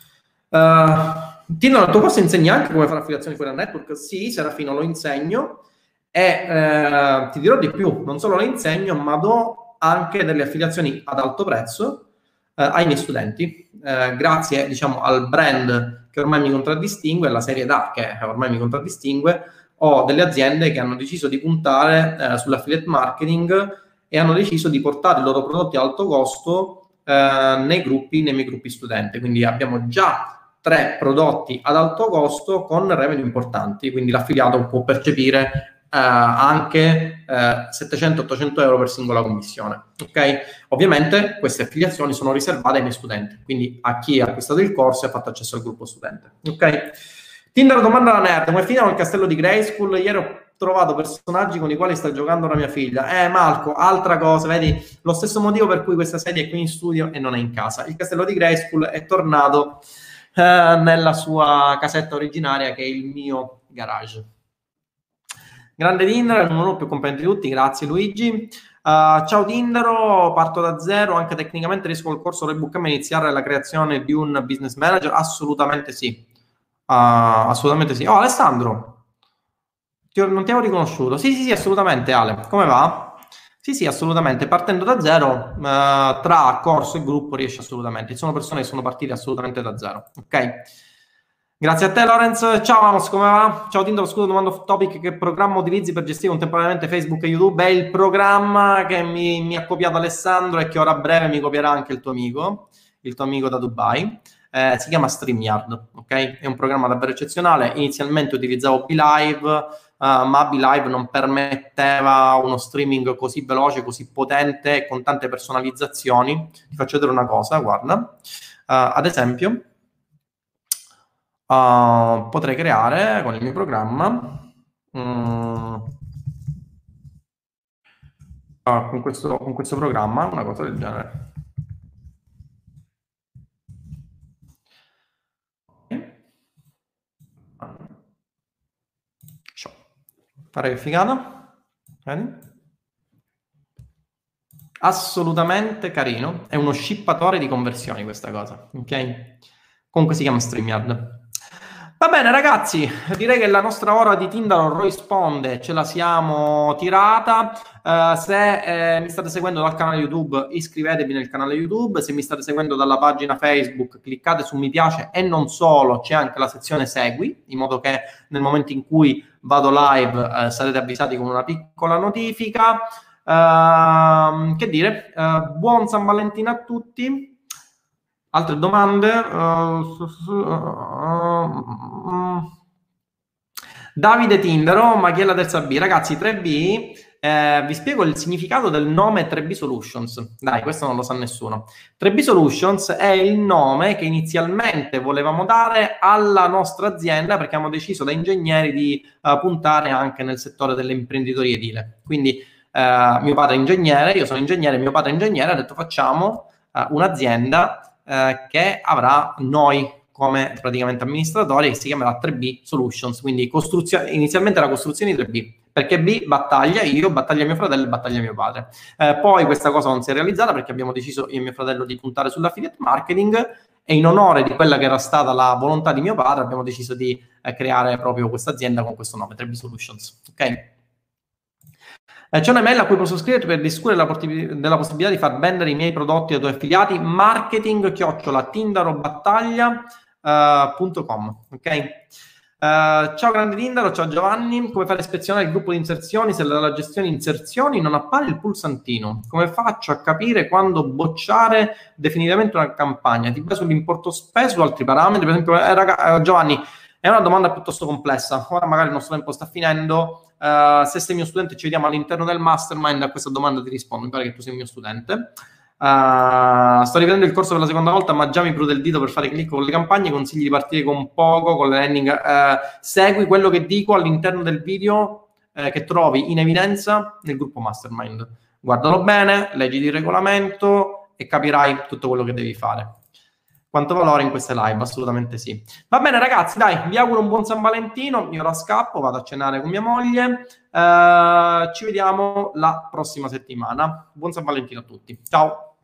Uh, Tino, il tuo corso insegna anche come fare affiliazioni fuori dal network? Sì, Serafino, lo insegno e eh, ti dirò di più, non solo lo insegno, ma do anche delle affiliazioni ad alto prezzo eh, ai miei studenti, eh, grazie diciamo al brand che ormai mi contraddistingue, alla serie D che ormai mi contraddistingue. Ho delle aziende che hanno deciso di puntare eh, sull'affiliate marketing e hanno deciso di portare i loro prodotti a alto costo eh, nei gruppi, nei miei gruppi studenti. Quindi abbiamo già tre prodotti ad alto costo con revenue importanti, quindi l'affiliato può percepire Uh, anche uh, settecento ottocento euro per singola commissione, ok? Ovviamente queste affiliazioni sono riservate ai miei studenti, quindi a chi ha acquistato il corso e ha fatto accesso al gruppo studente, ok? Tinder, domanda da nerd, come finiamo il castello di Grayskull? Ieri ho trovato personaggi con i quali sta giocando la mia figlia. Eh Marco, altra cosa, vedi, lo stesso motivo per cui questa sedia è qui in studio e non è in casa. Il castello di Grayskull è tornato uh, nella sua casetta originaria, che è il mio garage. Grande Tindaro, il numero più competente di tutti, grazie Luigi. Uh, ciao Tindaro, parto da zero, anche tecnicamente riesco col corso Rebook a iniziare la creazione di un business manager? Assolutamente sì, uh, assolutamente sì. Oh Alessandro, ti ho, non ti avevo riconosciuto. Sì, sì, sì, assolutamente Ale, come va? Sì, sì, assolutamente, partendo da zero, uh, tra corso e gruppo riesci assolutamente. Ci sono persone che sono partite assolutamente da zero, ok? Grazie a te Lorenz, ciao Amos, come va? Ciao Tindaro, scusa, domanda off topic, che programma utilizzi per gestire contemporaneamente Facebook e YouTube? È il programma che mi, mi ha copiato Alessandro e che ora a breve mi copierà anche il tuo amico, il tuo amico da Dubai, eh, si chiama StreamYard, ok? È un programma davvero eccezionale, inizialmente utilizzavo BeLive, uh, ma BeLive non permetteva uno streaming così veloce, così potente e con tante personalizzazioni. Ti faccio vedere una cosa, guarda, uh, ad esempio, Uh, potrei creare con il mio programma um, uh, con, questo, con questo programma una cosa del genere. Guarda che figata, vedi? Assolutamente carino, è uno scippatore di conversioni questa cosa, ok? Comunque si chiama StreamYard. Va bene ragazzi, direi che la nostra ora di Tindaro risponde, ce la siamo tirata. Uh, se eh, mi state seguendo dal canale YouTube, iscrivetevi nel canale YouTube. Se mi state seguendo dalla pagina Facebook, cliccate su mi piace e non solo, c'è anche la sezione segui, in modo che nel momento in cui vado live eh, sarete avvisati con una piccola notifica. Uh, che dire, uh, buon San Valentino a tutti. Altre domande? Uh, Davide Tindaro, ma chi è la terza B? Ragazzi, tre B, eh, vi spiego il significato del nome tre B Solutions. Dai, questo non lo sa nessuno. tre B Solutions è il nome che inizialmente volevamo dare alla nostra azienda, perché abbiamo deciso da ingegneri di uh, puntare anche nel settore dell'imprenditoria edile. Quindi uh, mio padre è ingegnere, io sono ingegnere, mio padre è ingegnere, ha detto facciamo uh, un'azienda Eh, che avrà noi come praticamente amministratori, che si chiamerà tre B Solutions, quindi costruzione, inizialmente la costruzione di tre B, perché B battaglia io, battaglia mio fratello e battaglia mio padre. Eh, poi questa cosa non si è realizzata perché abbiamo deciso io e mio fratello di puntare sull'affiliate marketing e in onore di quella che era stata la volontà di mio padre abbiamo deciso di eh, creare proprio questa azienda con questo nome, tre B Solutions, ok? Eh, c'è un'email a cui posso scrivere per discutere la porti- della possibilità di far vendere i miei prodotti ai tuoi affiliati, marketing chiocciola tindarobattaglia punto com, ok? Uh, ciao grande Tindaro, ciao Giovanni. Come fare a ispezionare il gruppo di inserzioni se dalla gestione inserzioni non appare il pulsantino? Come faccio a capire quando bocciare definitivamente una campagna? Ti baso sull'importo speso o altri parametri? Per esempio, eh, raga, eh, Giovanni, è una domanda piuttosto complessa. Ora magari il nostro tempo sta finendo. Uh, se sei mio studente, ci vediamo all'interno del mastermind. A questa domanda ti rispondo. Mi pare che tu sei mio studente. Uh, sto riprendendo il corso per la seconda volta, ma già mi prude il dito per fare click con le campagne. Consigli di partire con poco, con le landing. Uh, segui quello che dico all'interno del video eh, che trovi in evidenza nel gruppo mastermind. Guardalo bene, leggi il regolamento e capirai tutto quello che devi fare. Quanto valore in queste live? Assolutamente sì. Va bene ragazzi, dai, vi auguro un buon San Valentino. Io ora scappo, vado a cenare con mia moglie. Uh, ci vediamo la prossima settimana. Buon San Valentino a tutti. Ciao.